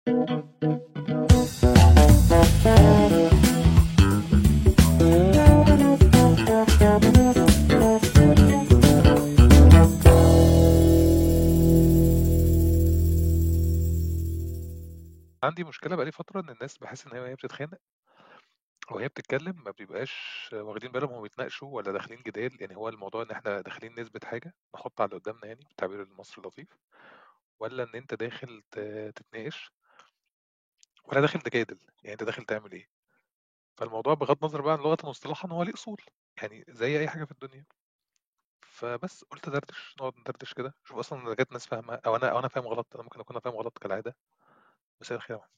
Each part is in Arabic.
عندي مشكلة بقى لي فترة إن الناس باحس إن هي وهي بتتخانق وهي بتتكلم ما بيبقاش واخدين بالهم هُم بيتناقشوا والّا داخلين جدال، يعني هو الموضوع إن إحنا داخلين نثبت حاجة، نحُط على اللي قدامنا يعني بالتعبير المصري اللطيف، والّا إن أنت داخل تتناقش والّا داخل تجادل، يعني أنت داخل تعمل إيه؟ فالموضوع بغض النظر بقى عن لغةً واصطلاحًا هو ليه أصول، يعني زي أي حاجة في الدنيا. فبس قُلت أدردش، نقعد ندردش كده، نشوف أصلًا إذا كانت الناس فاهمة أو أنا فاهم غلط، أنا ممكن أكون فاهم غلط كالعادة. مساء الخير يا محمد.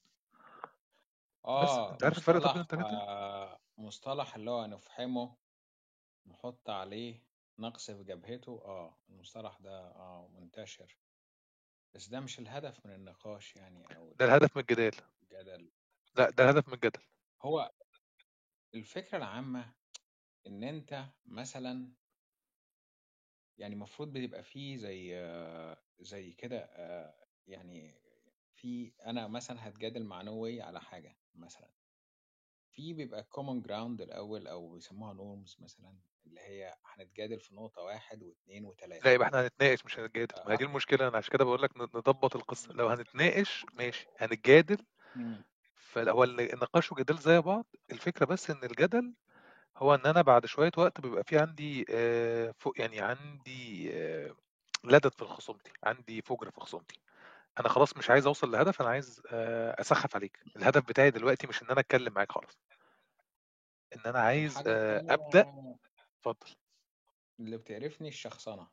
بس أنت عارف الفرق طب بين مصطلح ال3؟ مصطلح اللي هو نفحمه، نحط عليه نقص في جبهته. المصطلح ده منتشر، بس ده مش الهدف من النقاش يعني او ده الهدف من الجدال. الجدل. لأ، ده الهدف من الجدل. هو الفكرة العامة ان انت مثلا، يعني المفروض بيبقى فيه زي كده، يعني في انا مثلا هتجادل مع نووي على حاجة مثلا، في بيبقى common ground الأول أو بيسموها norms مثلا، اللي هي هنتجادل في نقطة واحد واثنين لأ، وثلاثة. يبقى إحنا هنتناقش مش هنتجادل، ما هي دي أك- المشكلة، أنا عشان كده باقول لك نضبّط القصة، لو هنتناقش ماشي، هنتجادل مم. فهو النقاش وجدال زي بعض، الفكرة بس إن الجدل هو إن أنا بعد شوية وقت بيبقى في عندي يعني عندي لدد في خصومتي، عندي فُجر في خصومتي. أنا خلاص مش عايز أوصل لهدف، أنا عايز أسخّف عليك، الهدف بتاعي دلوقتي مش إن أنا أتكلّم معاك خالص، إن أنا عايز الحاجة التانية أبدأ. اتفضل. اللي بتقرفني الشخصنة،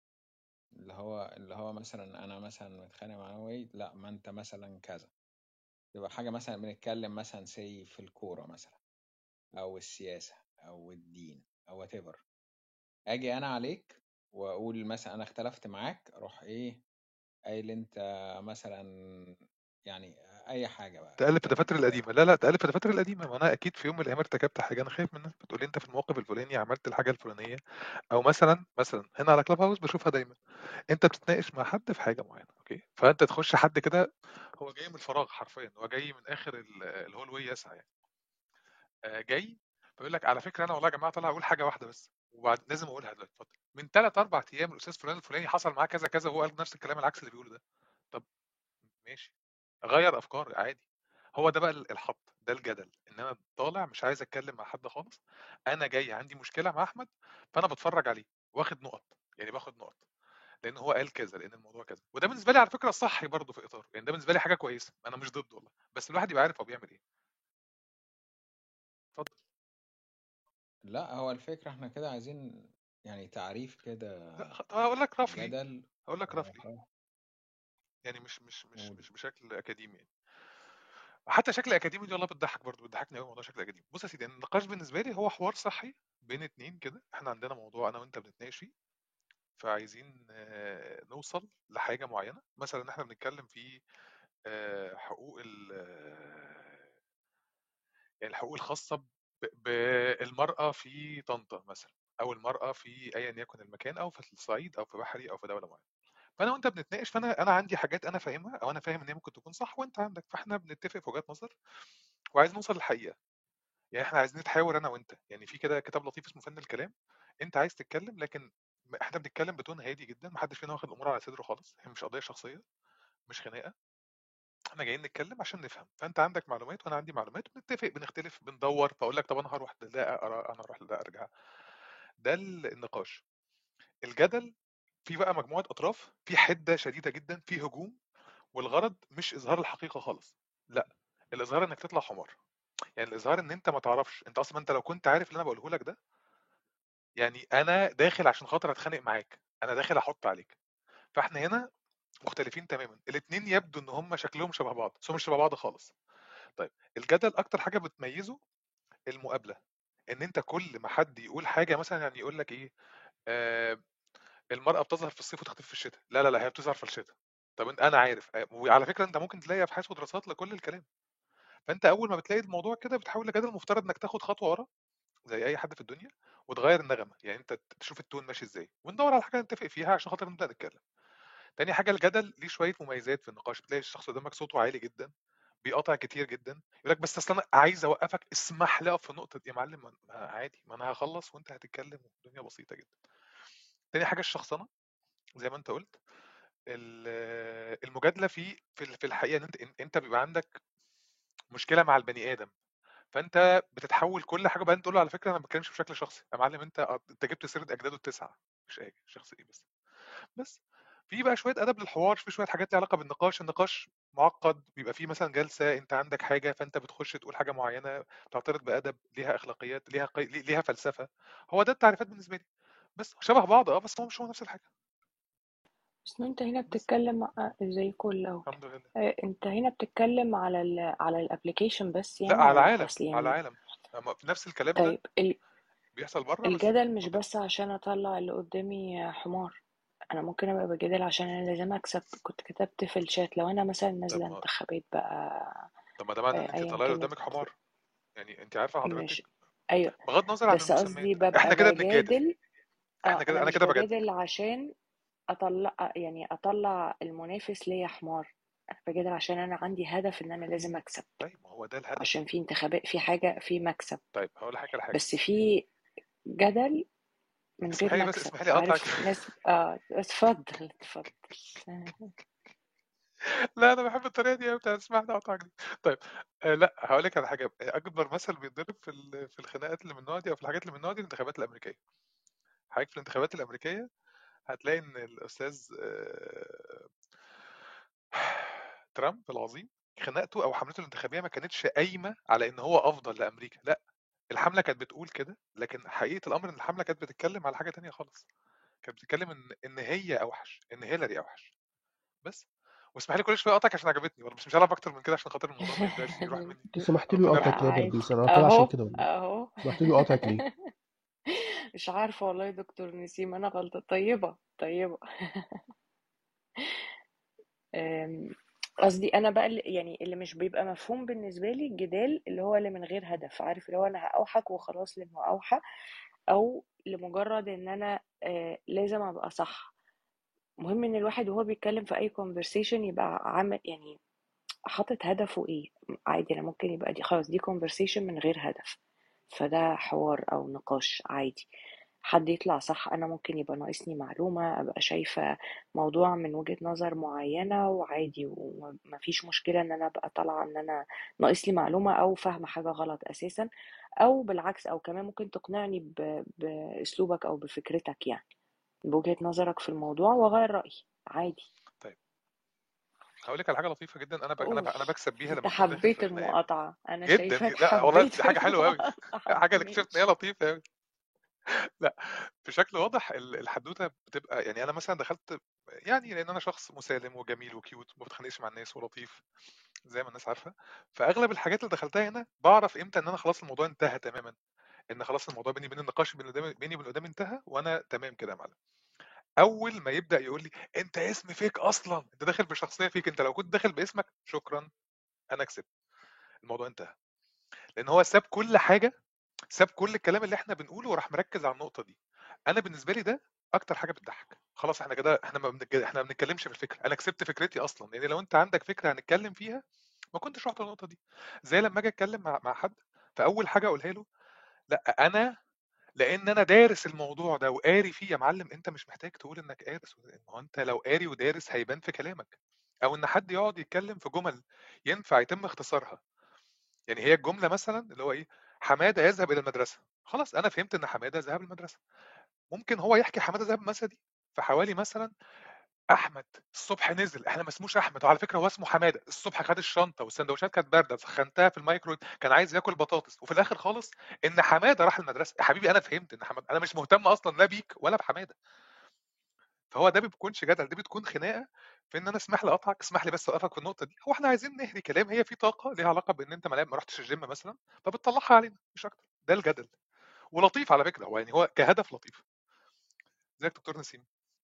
اللي هو مثلا أنا مثلا متخانق مع نووي، لا ما أنت مثلا كذا. يبقى حاجة مثلا بنتكلم مثلا في الكورة مثلا، أو السياسة أو الدين أو whatever، أجي أنا عليك وأقول مثلا أنا اختلفت معاك، أروح إيه قايل أنت مثلا، يعني أي حاجة بقى تقلِّب في فاهم الدفاتر القديمة، لا، لا تقلِّب في الدفاتر القديمة، ما أنا أكيد في يوم من الأيام ارتكبت حاجة أنا خايف منها، بتقول لي أنت في الموقف الفلاني عملت الحاجة الفلانية، أو مثلًا هنا على club house باشوفها دايمًا، أنت بتتناقش مع حد في حاجة معيّنة أوكي، فأنت تخش حد كده هو جاي من الفراغ حرفيًا، هو جاي من آخر الhallway يسعى يعني، جاي فيقول لك على فكرة أنا والله يا جماعة طالع أقول حاجة واحدة بس، لازم أقولها دلوقتي اتفضل، من 3، 4 أيام الأستاذ فلان الفلاني حصل معاه كذا، كذا وهو قال نفس الكلام العكس اللي بيقوله ده، طب ماشي، غيّر أفكاري عادي، هو ده بقى الحَط، ده الجدل، إن أنا طالع مش عايز أتكلّم مع حد خالص، أنا جاي عندي مشكلة مع أحمد، فأنا باتفرّج عليه، واخد نُقط، يعني باخد نُقط، لإن هو قال كذا، لإن الموضوع كذا، وده بالنسبة لي على فكرة الصح برضه في إطاره، يعني ده بالنسبة لي حاجة كويسة، أنا مش ضده والله، بس الواحد يبقى عارف هو بيعمل إيه. اتفضل. لا، هو الفكرة احنا كده عايزين يعني تعريف كده لأ طب هاقول لك roughly، جدل. هاقول لك اه roughly، آه، يعني مش قول. مش بشكل أكاديمي يعني، وحتى شكل أكاديمي دي والله بتضحّك برضه، بتضحّكني أوي موضوع شكل أكاديمي. بُص يا سيدي، أنا النقاش بالنسبة لي هو حوار صحّي بين 2 كده، إحنا عندنا موضوع أنا وأنت بنتناقش فيه، فعايزين نوصل لحاجة معينة، مثلا احنا بنتكلم في حقوق يعني الحقوق الخاصة بالمرأة في طنطا مثلا، أو المرأة في أيا يكن المكان، أو في الصعيد أو في بحري أو في دولة معينة. فأنا وأنت بنتناقش، فأنا عندي حاجات أنا فاهمها أو أنا فاهم إن هي ممكن تكون صح وأنت عندك، فاحنا بنتفق في وجهات نظر وعايز نوصل للحقيقة. يعني احنا عايزين نتحاور أنا وأنت، يعني في كده كتاب لطيف اسمه فن الكلام، أنت عايز تتكلم لكن احنا بنتكلم بتون هادي جدا، محدش فينا واخد الامور على صدره خالص، هي مش قضيه شخصيه، مش خناقه، احنا جايين نتكلم عشان نفهم، فانت عندك معلومات وانا عندي معلومات، بنتفق بنختلف بندور، فاقول لك طب انا هروح لده اقرا، انا هروح لده ارجع. ده النقاش. الجدل في بقى مجموعه اطراف، في حده شديده جدا، في هجوم، والغرض مش اظهار الحقيقه خالص، لا، الاظهار انك تطلع حمار، يعني الاظهار ان انت ما تعرفش، انت اصلا انت لو كنت عارف اللي انا بقوله لك ده، يعني انا داخل عشان خاطر اتخانق معاك، انا داخل احط عليك، فاحنا هنا مختلفين تماما، الاتنين يبدو ان هم شكلهم شبه بعض بس هم مش شبه بعض خالص. طيب الجدل اكتر حاجه بتميزه المقابله، ان انت كل ما حد يقول حاجه مثلا، يعني يقول لك ايه، آه المراه بتظهر في الصيف وتختفي في الشتاء، لا لا لا هي بتظهر في الشتاء، طب انا عارف، وعلى فكره انت ممكن تلاقي ابحاث ودراسات لكل الكلام، فانت اول ما بتلاقي الموضوع كده بتحاول الجدل، المفترض انك تاخد خطوه ورا زي اي حد في الدنيا، وتغير النغمه، يعني انت تشوف التون ماشي ازاي، وندور على حاجه نتفق فيها عشان خاطر نبدا نتكلم. تاني حاجة الجدل ليه شوية مميزات في النقاش، بتلاقي الشخص قدامك صوته عالي جدًا، بيقاطع كتير جدًا، يقول لك بس أصل أنا عايز أوقّفك، اسمح لي أقف في النقطة دي، يا معلم ما عادي، ما أنا هاخلّص وأنت هتتكلم والدنيا بسيطة جدًا. تاني حاجة الشخصنة زي ما أنت قُلت، المجادلة في الحقيقة إن أنت بيبقى عندك مشكلة مع البني آدم، فأنت بتتحوّل كل حاجة وبعدين تقول له على فكرة أنا ما باتكلمش بشكل شخصي، يا معلم أنت جِبت سيرة أجداده ال9 مش شخص إيه بس. بس في بقى شويه ادب للحوار، في شويه حاجات ليها علاقه بالنقاش. النقاش معقد، بيبقى فيه مثلا جلسه انت عندك حاجه فانت بتخش تقول حاجه معينه، تعترض بادب، ليها اخلاقيات، ليها فلسفه. هو ده التعريفات بالنسبه لي. بس شبه بعض بس هو مش هو نفس الحاجه. بس انت هنا بس بتتكلم زي كل اول. الحمد لله. انت هنا بتتكلم على على الابليكيشن بس لا، يعني، على ولا العالم اصل على يعني؟ العالم. في نفس الكلام ده طيب بيحصل بره بس الجدل مش عندنا. بس عشان اطلع اللي قدامي حمار. انا ممكن ابقى بجادل عشان انا لازم اكسب. كنت كتبت في الشات لو انا مثلا طب نازله ما انتخابات بقى، طب ما ده معنى ان انت ايا طالع اللي كانت. قدامك حمار. يعني انت عارفه حضرتك، مش ايوه، بغض النظر عن بس المسميات قصدي ببقى احنا كده بنتجادل. بجادل. احنا انا كده انا مش كده بجادل. بجادل عشان اطلع المنافس ليا حمار. انا بجادل عشان انا عندي هدف ان انا لازم اكسب، طيب ما هو ده الهدف. عشان في انتخابات، في حاجة، في مكسب. طيب هقول لك على حاجه. بس في جدل من غير مكسب، اسمحي لي اقطعك. عارف ناس اتفضل اتفضل. لا انا بحب الطريقه دي بتاع اسمح لي اقطعك دي. طيب لا هقول لك على حاجه. اكبر مثل بيتضرب في الخناقات اللي من النوع دي او في الحاجات اللي من النوع دي الانتخابات الامريكيه. حضرتك في الانتخابات الامريكيه هتلاقي ان الاستاذ ترامب العظيم، خناقته او حملته الانتخابيه ما كانتش قايمه على ان هو افضل لامريكا، لا. الحمله كانت بتقول كده، لكن حقيقه الامر ان الحمله كانت بتتكلم على حاجه تانية خالص. كانت بتتكلم ان هي اوحش، ان هيلاري اوحش. بس. واسمح لي كل شويه اقطعك عشان عجبتني والله، بس مش هلعب اكتر من كده عشان خاطر الموضوع ما يبداش يروح مني. انت سمحت انا له طالع يقاطعك لا ليه يا بجد. عادي، برديس؟ انا طالع عشان اهو كده ولا إيه؟ اهو. سمحت له يقاطعك ليه؟ مش عارفة والله يا دكتور نسيم، انا غلطة. طيبة طيبة. أم، قصدي انا بقى يعني اللي مش بيبقى مفهوم بالنسبة لي الجدال اللي هو اللي من غير هدف، عارف، اللي هو انا هأوحك وخلاص لانه اوحى، او لمجرد ان انا لازم ابقى صح. مهم ان الواحد وهو بيتكلم في اي conversation يبقى عامل يعني حاطط هدفه ايه. عادي، انا ممكن يبقى دي خلاص دي conversation من غير هدف، فده حوار او نقاش عادي. حد يطلع صح، انا ممكن يبقى ناقصني معلومة، ابقى شايفة موضوع من وجهة نظر معينة وعادي، ومفيش مشكلة ان انا ابقى طالعة ان انا ناقص لي معلومة او فاهمة حاجة غلط اساسا، او بالعكس، او كمان ممكن تقنعني باسلوبك او بفكرتك يعني، بوجهة نظرك في الموضوع، واغير رأيي عادي. طيب هقول لك على حاجه لطيفه جدا، انا اوف، بكسب بيها انت لما اكون داخل في حبيت خناقات. المقاطعة، انا جدا شايفاك لا والله حبيت دي حاجه حلوه قوي. المقاطعة. حاجه اللي اكتشفت ان هي ماشي. لطيفه قوي. لا، بشكل واضح الحدوته بتبقى يعني انا مثلا دخلت، يعني لان انا شخص مسالم وجميل وكيوت وما بتخانقش مع الناس ولطيف زي ما الناس عارفه. فاغلب الحاجات اللي دخلتها هنا بعرف امتى ان انا خلاص الموضوع انتهى تماما، ان خلاص الموضوع بيني وبين النقاش بيني وبين قدامي انتهى وانا تمام كده يا معلم. اول ما يبدا يقول لي انت اسم فيك اصلا، انت داخل بشخصيه فيك، انت لو كنت داخل باسمك شكرا انا كسبت، الموضوع انتهى. لان هو ساب كل حاجه، ساب كل الكلام اللي احنا بنقوله وراح مركز على النقطه دي. انا بالنسبه لي ده اكتر حاجه بتضحك. خلاص احنا كده احنا ما بنتكلمش في الفكره، انا كسبت فكرتي اصلا. يعني لو انت عندك فكره هنتكلم فيها ما كنتش رحت النقطه دي. زي لما اجي اتكلم مع حد، فاول حاجه اقولها له لا انا، لان انا دارس الموضوع ده وقاري فيه. يا معلم انت مش محتاج تقول انك قارس، ما هو انت لو قاري ودارس هيبان في كلامك. او ان حد يقعد يتكلم في جمل ينفع يتم اختصارها. يعني هي الجمله مثلا اللي هو ايه، حماده يذهب الى المدرسه، خلاص انا فهمت ان حماده ذهب المدرسه. ممكن هو يحكي حماده ذهب المدرسه دي في حوالي مثلا احمد الصبح نزل، احنا ما اسموش احمد وعلى فكره هو اسمه حماده، الصبح خد الشنطه والسندوتشات كانت بارده سخنتها في الميكرو، كان عايز ياكل بطاطس، وفي الاخر خالص ان حماده راح المدرسه. يا حبيبي انا فهمت ان حماده، انا مش مهتم اصلا لا بيك ولا بحماده. فهو ده ما بيكونش جدل، دي بتكون خناقه في ان انا اسمح لي اقطعك، اسمح لي بس اوقفك في النقطه دي. هو احنا عايزين نهري كلام، هي في طاقه ليها علاقه بان انت ما رحتش الجيم مثلا فبتطلعها علينا مش اكتر. ده الجدل. ولطيف على فكره، هو يعني هو كهدف لطيف. ازيك دكتور نسيم؟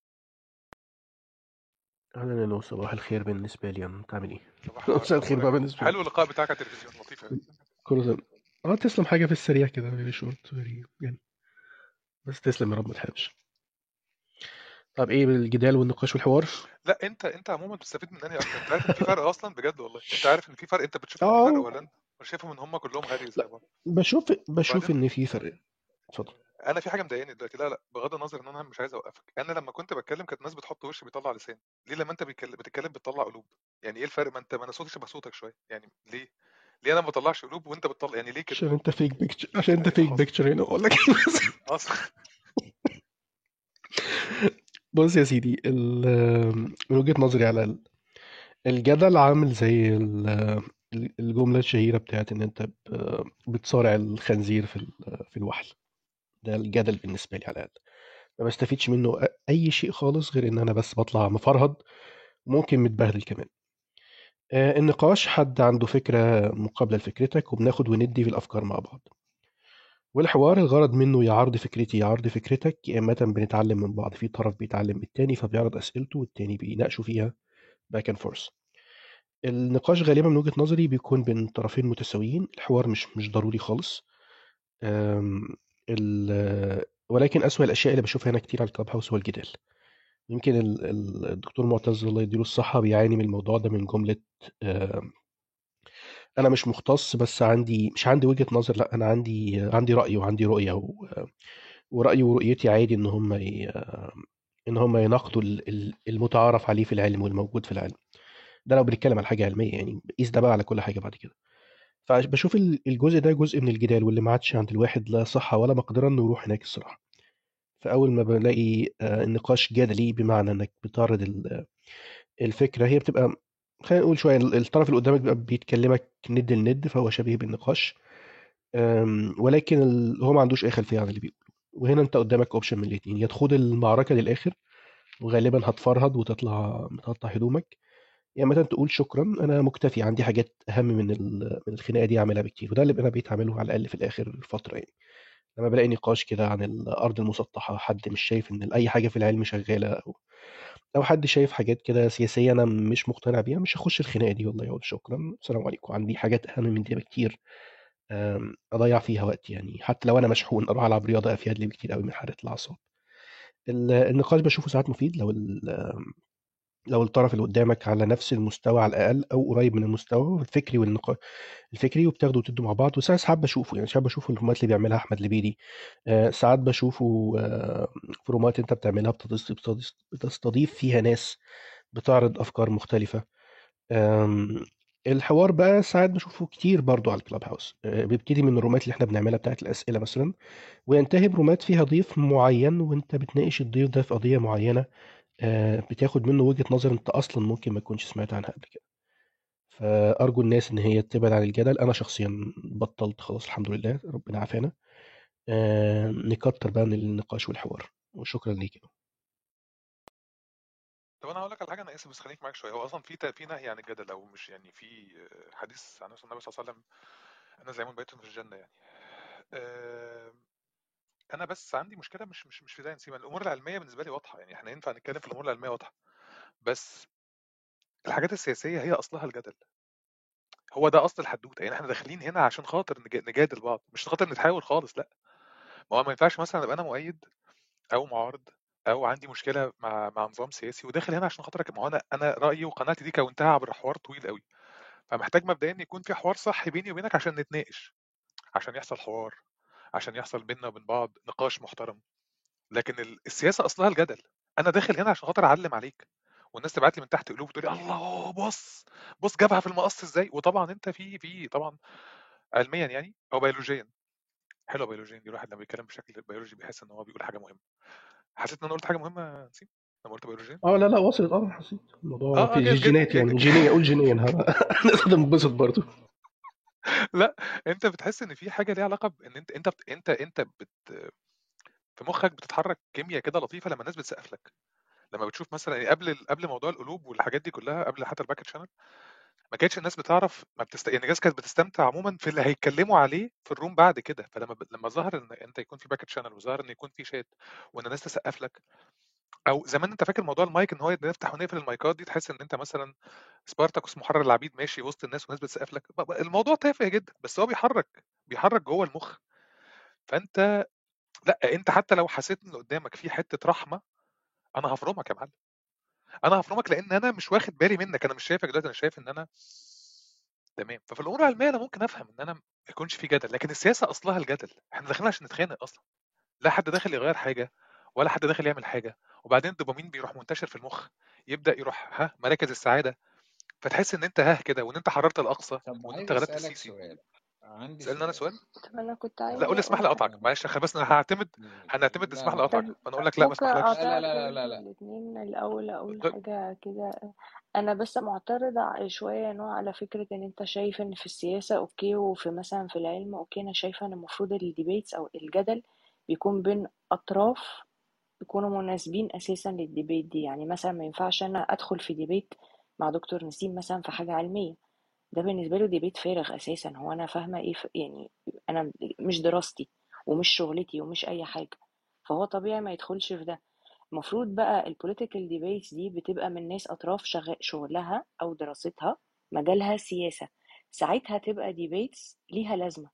اهلا يا نو، صباح الخير بالنسبه لي. انت عامل ايه؟ صباح الورد، مساء الخير اخبارك بقى ايه؟ بالنسبه لي. حلو اللقاء بتاعك على التلفزيون، لطيف قوي. كله زي تسلم. حاجه في السريع كده، فيري شورت، فيري يعني، بس تسلم يا رب ما تحرمش. طب ايه الجدال والنقاش والحوار؟ لا انت عموما بتستفيد من انهي اكتر؟ انت عارف ان في فرق اصلا بجد والله؟ انت عارف ان في فرق؟ انت بتشوف ان في فرق ولا انت مش شايفهم ان هم كلهم هري زي لا، بعض؟ بشوف وبعدين ان في فرق. اتفضل. انا في حاجه مضايقاني دلوقتي. لا بغض النظر ان انا مش عايز اوقفك، انا لما كنت بتكلم كانت الناس بتحط وش بيطلع لسان. ليه لما انت بتتكلم بتطلع قلوب؟ يعني ايه الفرق؟ ما انا صوتي شبه صوتك شويه، يعني ليه انا ما بطلعش قلوب وانت بتطلع؟ يعني ليه كده؟ عشان انت فيك خلاص بيكتشر هنا اقول لك. اصلا. بص يا سيدي، من وجهة نظري على الأقل، الجدل عامل زي الجملة الشهيرة بتاعت إن أنت بتصارع الخنزير في الوحل. ده الجدل بالنسبة لي على الأقل. ما بستفيدش منه أي شيء خالص، غير إن أنا بس بطلع مفرهد، وممكن متبهدل كمان. النقاش حد عنده فكرة مقابلة لفكرتك، وبناخد وندي في الأفكار مع بعض. والحوار الغرض منه يا عرض فكرتي يا عرض فكرتك، يا إما بنتعلم من بعض، في طرف بيتعلم من التاني فبيعرض أسئلته والتاني بيناقشوا فيها باك اند فورث. النقاش غالبا من وجهة نظري بيكون بين طرفين متساويين، الحوار مش ضروري خالص. أم، ولكن أسوأ الأشياء اللي بشوفها هنا كتير على الكلاب هاوس هو الجدال. يمكن الدكتور معتز الله يديله الصحة بيعاني من الموضوع ده، من جملة أم، أنا مش مختص، بس مش عندي وجهة نظر، لا أنا عندي رأي وعندي رؤية، ورأيي ورؤيتي عادي إن هم يناقضوا المتعارف عليه في العلم والموجود في العلم. ده لو بنتكلم على حاجة علمية، يعني قيس ده بقى على كل حاجة بعد كده. فبشوف الجزء ده جزء من الجدال، واللي ما عادش عند الواحد لا صحة ولا مقدرة انه يروح هناك الصراحة. فأول ما بلاقي النقاش جدلي، بمعنى انك بتعرض الفكرة، هي بتبقى، خلينا نقول شوية، الطرف اللي قدامك بيبقى بيتكلمك ند لند، فهو شبيه بالنقاش. ولكن هو ما عندوش اي خلفية عن اللي بيقوله. وهنا انت قدامك اوبشن من الاتنين: يا تخوض المعركة للآخر، وغالبا هتفرهد وتطلع متقطع هدومك، يا اما تقول شكرا انا مكتفي، عندي حاجات اهم من الخناقه دي اعملها بكتير. وده اللي انا بقيت اعمله على الاقل في الاخر فتره يعني. لما بلاقي نقاش كده عن الارض المسطحه، حد مش شايف ان اي حاجه في العلم شغاله، او حد شايف حاجات كده سياسيه انا مش مقتنع بيها، مش هخش الخناقه دي والله، اقول شكرا السلام عليكم، عندي حاجات اهم من دي بكتير. اضيع فيها وقت يعني، حتى لو انا مشحون اروح العب رياضه افيد لي بكتير قوي من حرقه الاعصاب. النقاش بشوفه ساعات مفيد لو الطرف اللي قدامك على نفس المستوى على الاقل، او قريب من المستوى الفكري الفكري، وبتاخدوا وتدوا مع بعض. وساعات بشوفه، يعني ساعات بشوف الفورمات اللي بيعملها احمد لبيدي. ساعات بشوفه فورمات انت بتعملها بتستضيف فيها ناس بتعرض افكار مختلفه. آم، الحوار بقى ساعات بشوفه كتير برضو على الكلاب هاوس. بيبتدي من الرومات اللي احنا بنعملها بتاعت الاسئله مثلا، وينتهي برومات فيها ضيف معين، وانت بتناقش الضيف ده في قضيه معينه، بتاخد منه وجهة نظر انت اصلا ممكن ما تكونش سمعت عنها قبل كده. فارجو الناس ان هي تبعد عن الجدل. انا شخصيا بطلت خلاص الحمد لله، ربنا عافانا. نكتر بقى من النقاش والحوار، وشكرا ليك. طب انا هقول لك على حاجه، انا اسف بس خليك معاك شويه. هو اصلا في نهي عن الجدل، او مش يعني في حديث عن النبي صلى الله عليه وسلم: انا زعيم بيت في الجنه يعني. آه، انا بس عندي مشكله مش في ده نسيبها. الامور العلميه بالنسبه لي واضحه، يعني احنا ينفع نتكلم في الامور العلميه واضحه، بس الحاجات السياسيه هي اصلها الجدل. هو ده اصل الحدوته، يعني احنا داخلين هنا عشان خاطر نجادل بعض، مش عشان خاطر نتحاور خالص، لا. ما هو ما ينفعش مثلا ابقى انا مؤيد او معارض، او عندي مشكله مع نظام سياسي وداخل هنا عشان خاطر ما هو انا رايي وقناعتي دي كونتها عبر حوار طويل قوي. فمحتاج مبدئيا يكون في حوار صح بيني وبينك عشان نتناقش، عشان يحصل حوار، عشان يحصل بيننا وبين بعض نقاش محترم. لكن السياسه اصلها الجدل. انا داخل هنا عشان خاطر اعلم عليك، والناس تبعت لي من تحت قلوب تقول لي: الله، بص جابها في المقص ازاي. وطبعا انت في طبعا علميا يعني او بيولوجيا. حلوه بيولوجيا دي، الواحد لما بيتكلم بشكل بيولوجي بيحس ان هو بيقول حاجه مهمه. حسيت ان انا قلت حاجه مهمه يا نسيم لما قلت بيولوجيا؟ اه لا لا، وصلت، حسيت الموضوع اه في جامد جدا الجينات، يعني جينيا، قول جينيا نقدر ننبسط برضه. لا، انت بتحس ان في حاجه ليها علاقه بان انت في مخك بتتحرك كيمياء كده لطيفه لما الناس بتسقف لك. لما بتشوف مثلا يعني قبل موضوع القلوب والحاجات دي كلها، قبل حتى الباكت شانل، ما كانتش الناس بتعرف، ما بتست... يعني الناس كانت بتستمتع عموما في اللي هيتكلموا عليه في الروم بعد كده. فلما لما ظهر ان انت يكون في باكت شانل، وظهر ان يكون في شات، وان الناس تسقف لك، او زمان انت فاكر موضوع المايك ان هو نفتح ونقفل المايكات دي، تحس ان انت مثلا سبارتاكوس محرر العبيد ماشي وسط الناس والناس بتسقف لك. الموضوع تافه جدا، بس هو بيحرك جوه المخ. فانت، لا، انت حتى لو حسيت ان اللي قدامك في حته رحمه انا هفرمك يا معلم، انا هفرمك لان انا مش واخد بالي منك، انا مش شايفك دلوقتي، انا شايف ان انا تمام. ففي الامور العلميه انا ممكن افهم ان انا ما يكونش في جدل، لكن السياسه اصلها الجدل، احنا داخلين عشان نتخانق اصلا، لا حد داخل يغير حاجه ولا حد داخل يعمل حاجه. وبعدين الدوبامين بيروح منتشر في المخ، يبدا يروح مراكز السعاده، فتحس ان انت كده وان انت حررت الاقصى طب وان عايز انت غلبت اسالك السيسي. سؤال، عندي سالني انا سؤال. سؤال؟ طب انا كنت لا عايزه قول لي اسمح اقول لي حاجه. اقطعك، معلش عشان بس انا هنعتمد لا اسمح لي لا اقطعك، طب فانا اقول لك لا ما ممكن اسمحلكش. لا لا اقاطعكم لا لا انتوا لا الاتنين الاول اقول اتفضل. حاجه كده. انا بس معترضه شويه نوع على فكره ان انت شايف ان في السياسه اوكي وفي مثلا في العلم اوكي. انا شايفه ان المفروض الديبيتس او الجدل بيكون بين اطراف يكونوا مناسبين اساسا للديبيت دي. يعني مثلا ما ينفعش انا ادخل في ديبيت مع دكتور نسيم مثلا في حاجه علميه، ده بالنسبه له ديبيت فارغ اساسا. هو انا فاهمه ايه يعني انا مش دراستي ومش شغلتي ومش اي حاجه، فهو طبيعي ما يدخلش في ده. المفروض بقى البوليتيكال ديبيتس دي بتبقى من ناس اطراف شغلها او دراستها مجالها سياسه، ساعتها تبقى ديبيتس ليها لازمه.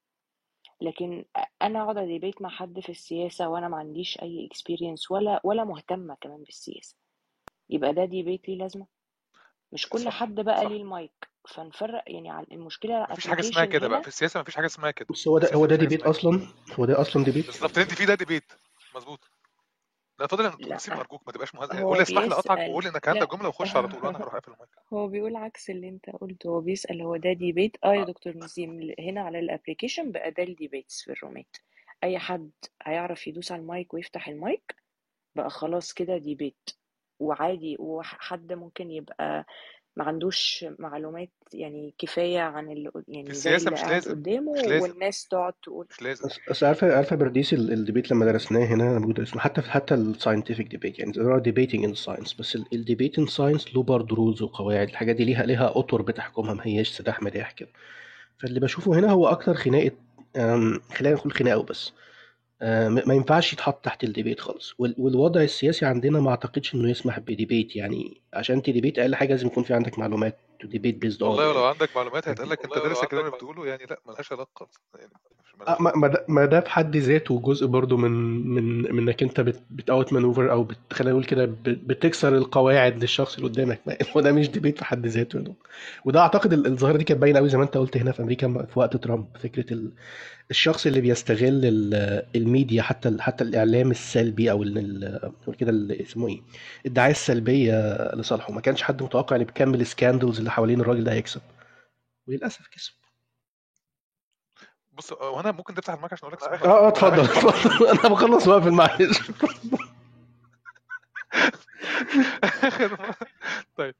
لكن انا اقعد اديبيت مع حد في السياسه وانا ما عنديش اي اكسبيرينس ولا مهتمه كمان بالسياسه، يبقى ده ديبيت ليه لازمه؟ مش كل صح حد بقى صح، ليه المايك. فنفرق يعني على المشكله مفيش حاجه اسمها الابليكيشن كده بقى هنا. في السياسه، مفيش حاجه اسمها كده بص، هو في ده هو السياسه، ده مفيش حاجه ديبيت اسمها كده. اصلا. هو ده اصلا ديبيت. بالظبط اللي انت فيه ده ديبيت، مظبوط. لا اتفضل يا دكتور لا نسيم ارجوك ما تبقاش قول هو لي اسمح لي اقطعك بيسأل. وقول لي انك عندك لا جمله وخش على طول وانا هروح اقفل المايك. هو بيقول عكس اللي انت قلته. هو بيسأل هو ده ديبيت يا دكتور نسيم هنا على الابليكيشن بقى ده الديبيتس في الرومات. اي حد هيعرف يدوس على المايك ويفتح المايك بقى خلاص كده ديبيت وعادي. وحد ممكن يبقى ما عندوش معلومات يعني كفاية عن في يعني زي السياسه اللي مش قاعد لازم، قدامه مش لازم والناس تقعد تقول. مش لازم. بس عارفه برديس، الديبيت لما درسناه هنا انا موجود اسمه حتى الساينتفك ديبيت، يعني there are debating in science، بس الديبيت ان ساينس له برضه رولز وقواعد. الحاجات دي ليها اطر بتحكمها، ما هياش سداح مداح كده. فاللي بشوفه هنا هو اكتر خناقه، خلينا نقول خناقه وبس. ما ينفعش يتحط تحت الديبيت خالص. والوضع السياسي عندنا ما اعتقدش انه يسمح بديبيت. يعني عشان تديبيت اقل حاجه لازم يكون في عندك معلومات to debate based on والله ولو يعني. عندك معلومات هيتقال لك انت دارس الكلام اللي بتقوله، يعني لا ملهاش علاقه خالص، يعني ملهاش علاقه. ما ده في حد ذاته جزء برضو من انك انت بتاوت مانوفر او خلينا نقول كده بتكسر القواعد للشخص اللي قدامك. هو ده مش ديبيت في حد ذاته يعني. وده اعتقد الظاهره دي كانت باينه قوي زي ما انت قلت هنا في امريكا في وقت ترامب. فكره الشخص اللي بيستغل الميديا، حتى الاعلام السلبي او نقول كده اللي اسمه ايه، الدعايه السلبيه لصالحه. ما كانش حد متوقع ان بكمل السكاندلز اللي حوالين الراجل ده هيكسب، وللاسف كسب. بص هو انا ممكن تفتح المايك عشان اقول لك اسمح لي اقطعك ولا اتفضل عادي؟ اتفضل. انا بخلص واقفل معلش. طيب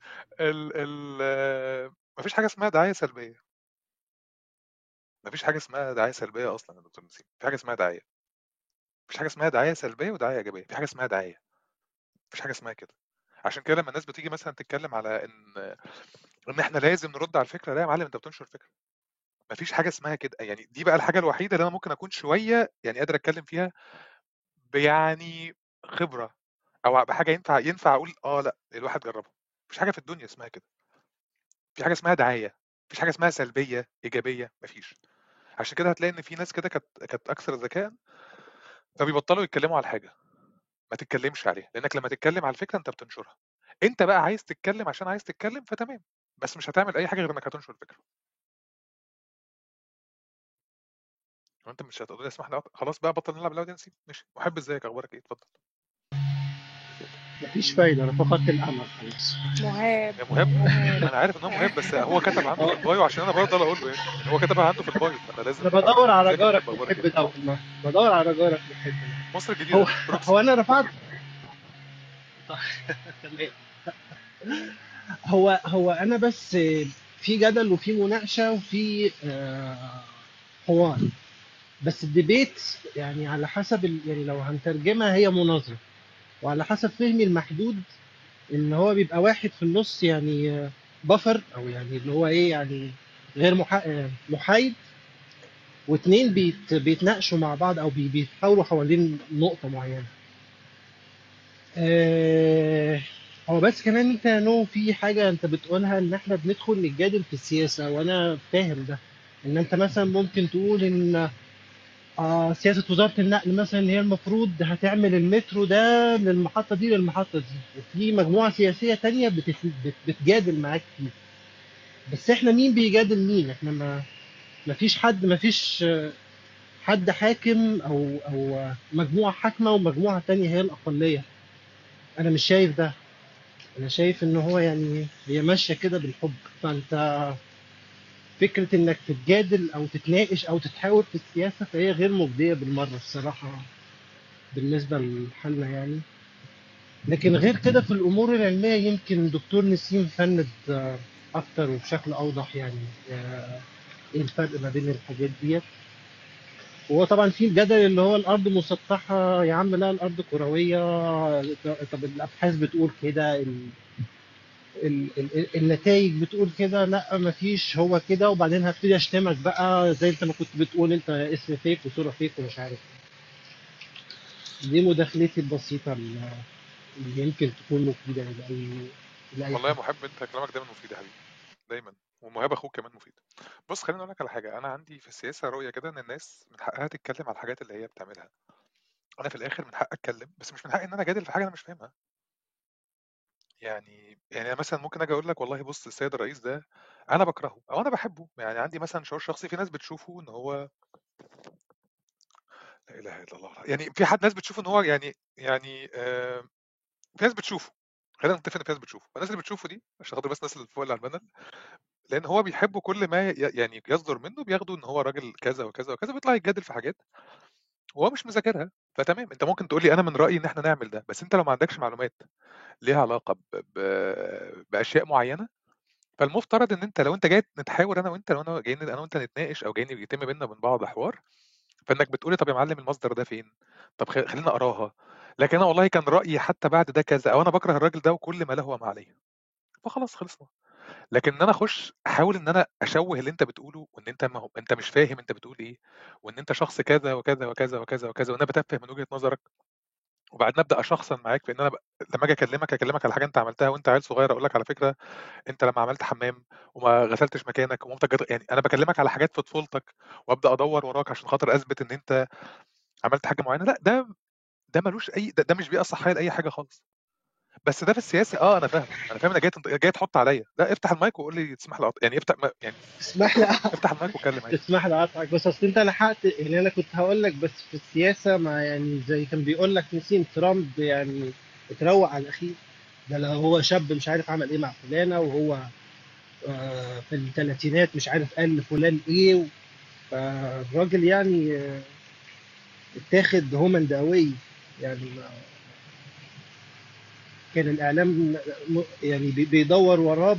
مفيش حاجه اسمها دعايه سلبيه، مفيش حاجه اسمها دعايه سلبيه اصلا يا دكتور نسيم. في حاجه اسمها دعايه، مفيش حاجه اسمها دعايه سلبيه ودعايه ايجابيه، في حاجه اسمها دعايه، مفيش حاجه اسمها كده. عشان كده لما الناس بتيجي مثلا تتكلم على ان احنا لازم نرد على الفكره، لا يا معلم انت بتنشر فكره، مفيش حاجه اسمها كده. يعني دي بقى الحاجه الوحيده اللي انا ممكن اكون شويه يعني قادر اتكلم فيها يعني خبره، او بحاجه ينفع اقول لا الواحد جربها. مفيش حاجه في الدنيا اسمها كده. في حاجه اسمها دعايه، مفيش حاجه اسمها سلبيه ايجابيه، مفيش. عشان كده هتلاقي ان في ناس كده كانت اكثر ذكاء، فبيبطلوا يتكلموا على الحاجه، ما تتكلمش عليها، لانك لما تتكلم على الفكره انت بتنشرها. انت بقى عايز تتكلم عشان عايز تتكلم فتمام، بس مش هتعمل اي حاجه غير انك هتنشر الفكره. وانت مش هتقول لي اسمح لي خلاص بقى بطل نلعب اللعبه دي نسيب. ماشي محب، ازيك اخبارك ايه؟ اتفضل. مفيش فايدة، أنا فقدت الأمل خلاص. مهاب يا مهاب، مهاب انا عارف ان هو مهاب، بس هو كتب عنده في البايو عشان انا برضه اقول له، يعني هو كتبها عنده في البايو فانا لازم. أنا بدور على ازيك يا جارك مهاب اخبارك بتحب ايه؟ ده والله، بدور على جارك بتحب ده. مصر هو الجديده بروكسي. هو أنا رفعت. هو أنا بس في جدل وفي مناقشة وفي حوار، بس الديبيت يعني على حسب يعني لو هنترجمها هي مناظرة، وعلى حسب فهمي المحدود ان هو بيبقى واحد في النص يعني بفر، او يعني اللي هو ايه يعني غير محايد، واتنين بيتناقشوا مع بعض او بيتحاوروا حوالين نقطة معينة. هو بس كمان انت في حاجة انت بتقولها ان احنا بندخل نتجادل في السياسة، وانا فاهم ده. ان انت مثلا ممكن تقول ان سياسة وزارة النقل مثلا اللي هي المفروض هتعمل المترو ده للمحطة دي للمحطة دي، وفي مجموعة سياسية تانية بتجادل معاك فيه. بس احنا مين بيجادل مين؟ احنا ما فيش حد، ما فيش حد حاكم او مجموعة حاكمة ومجموعة تانية هي الأقلية. انا مش شايف ده. انا شايف ان هو يعني هي ماشية كده بالحب. فانت فكرة انك تتجادل او تتناقش او تتحاور في السياسة فهي غير مجدية بالمرة الصراحة بالنسبة لحالنا يعني. لكن غير كده في الأمور العلمية يمكن دكتور نسيم فند أكتر وبشكل أوضح يعني. إيه الفرق ما بين الحاجات ديت. وهو طبعا في الجدل اللي هو الأرض مسطحة يا عم، لا الأرض كروية. طب الأبحاث بتقول كده، النتائج بتقول كده، لا مفيش هو كده. وبعدين هبتدي أشتمك بقى زي أنت ما كنت بتقول، أنت اسم فيك وصورة فيك ومش عارف. دي مداخلتي البسيطة اللي يمكن تكون مفيدة لأي والله يا حد. محب انت كلامك دايما مفيد يا حبيبي، دايما. ومهاب اخوك كمان مفيد. بص خليني اقول لك على حاجه، انا عندي في السياسه رؤيه كده ان الناس من حقها تتكلم على الحاجات اللي هي بتعملها. انا في الاخر من حقي اتكلم، بس مش من حقي ان انا اجادل في حاجه انا مش فاهمها. يعني أنا مثلا ممكن اجي اقول لك والله بص السيد الرئيس ده انا بكرهه او انا بحبه، يعني عندي مثلا شعور شخصي. في ناس بتشوفه ان هو لا اله الا الله، يعني في حد ناس بتشوفه ان هو يعني في ناس بتشوفه، خلينا نتفق ان في ناس بتشوفه، والناس اللي بتشوفه دي عشان خاطر بس الناس اللي فوق اللي على البانل، لان هو بيحبه كل ما يعني يصدر منه بياخده ان هو راجل كذا وكذا وكذا، بيطلع يتجادل في حاجات وهو مش مذاكرها. فتمام، انت ممكن تقول لي انا من رايي ان احنا نعمل ده، بس انت لو ما عندكش معلومات ليها علاقه باشياء معينه، فالمفترض ان انت لو انت جاي نتحاور انا وانت، لو انا جايين انا وانت نتناقش او جايين يتم بينا وبين بعض حوار، فانك بتقولي طب يا معلم المصدر ده فين؟ طب خلينا اقراها. لكن انا والله كان رايي حتى بعد ده كذا، او انا بكره الراجل ده وكل ما له وما عليه، فخلاص خلصنا. لكن ان انا اخش احاول ان انا اشوه اللي انت بتقوله، وان انت ما هو انت مش فاهم انت بتقول ايه، وان انت شخص كذا وكذا وكذا وكذا وكذا، وانا بتفه من وجهة نظرك، وبعدين ابدا اشخصن معاك في ان انا لما اجي اكلمك على حاجه انت عملتها وانت عيل صغير، اقول لك على فكره انت لما عملت حمام وما غسلتش مكانك ومامتك يعني انا بكلمك على حاجات في طفولتك، وابدا ادور وراك عشان خاطر اثبت ان انت عملت حاجه معينه. لا ده ملوش اي ده مش بيئه صحيه لاي حاجه خالص. بس ده في السياسه انا فاهمك، انا فاهم انك جاي تحط عليا. لا افتح المايك وقول لي تسمح لي يعني افتح يعني اسمح لي افتح المايك واتكلم عادي. اسمح لي اقطعك، بس اصل انت لحقت يعني. انا كنت هقول لك بس في السياسه، ما يعني زي كان بيقول لك نسيم ترامب يعني اتروق على الاخير. ده لو هو شاب مش عارف عمل ايه مع فلانه، وهو في الثلاثينات مش عارف قال لفلان ايه. فالراجل يعني اتاخد هومن داوي يعني. كان الاعلام يعني بيدور وراه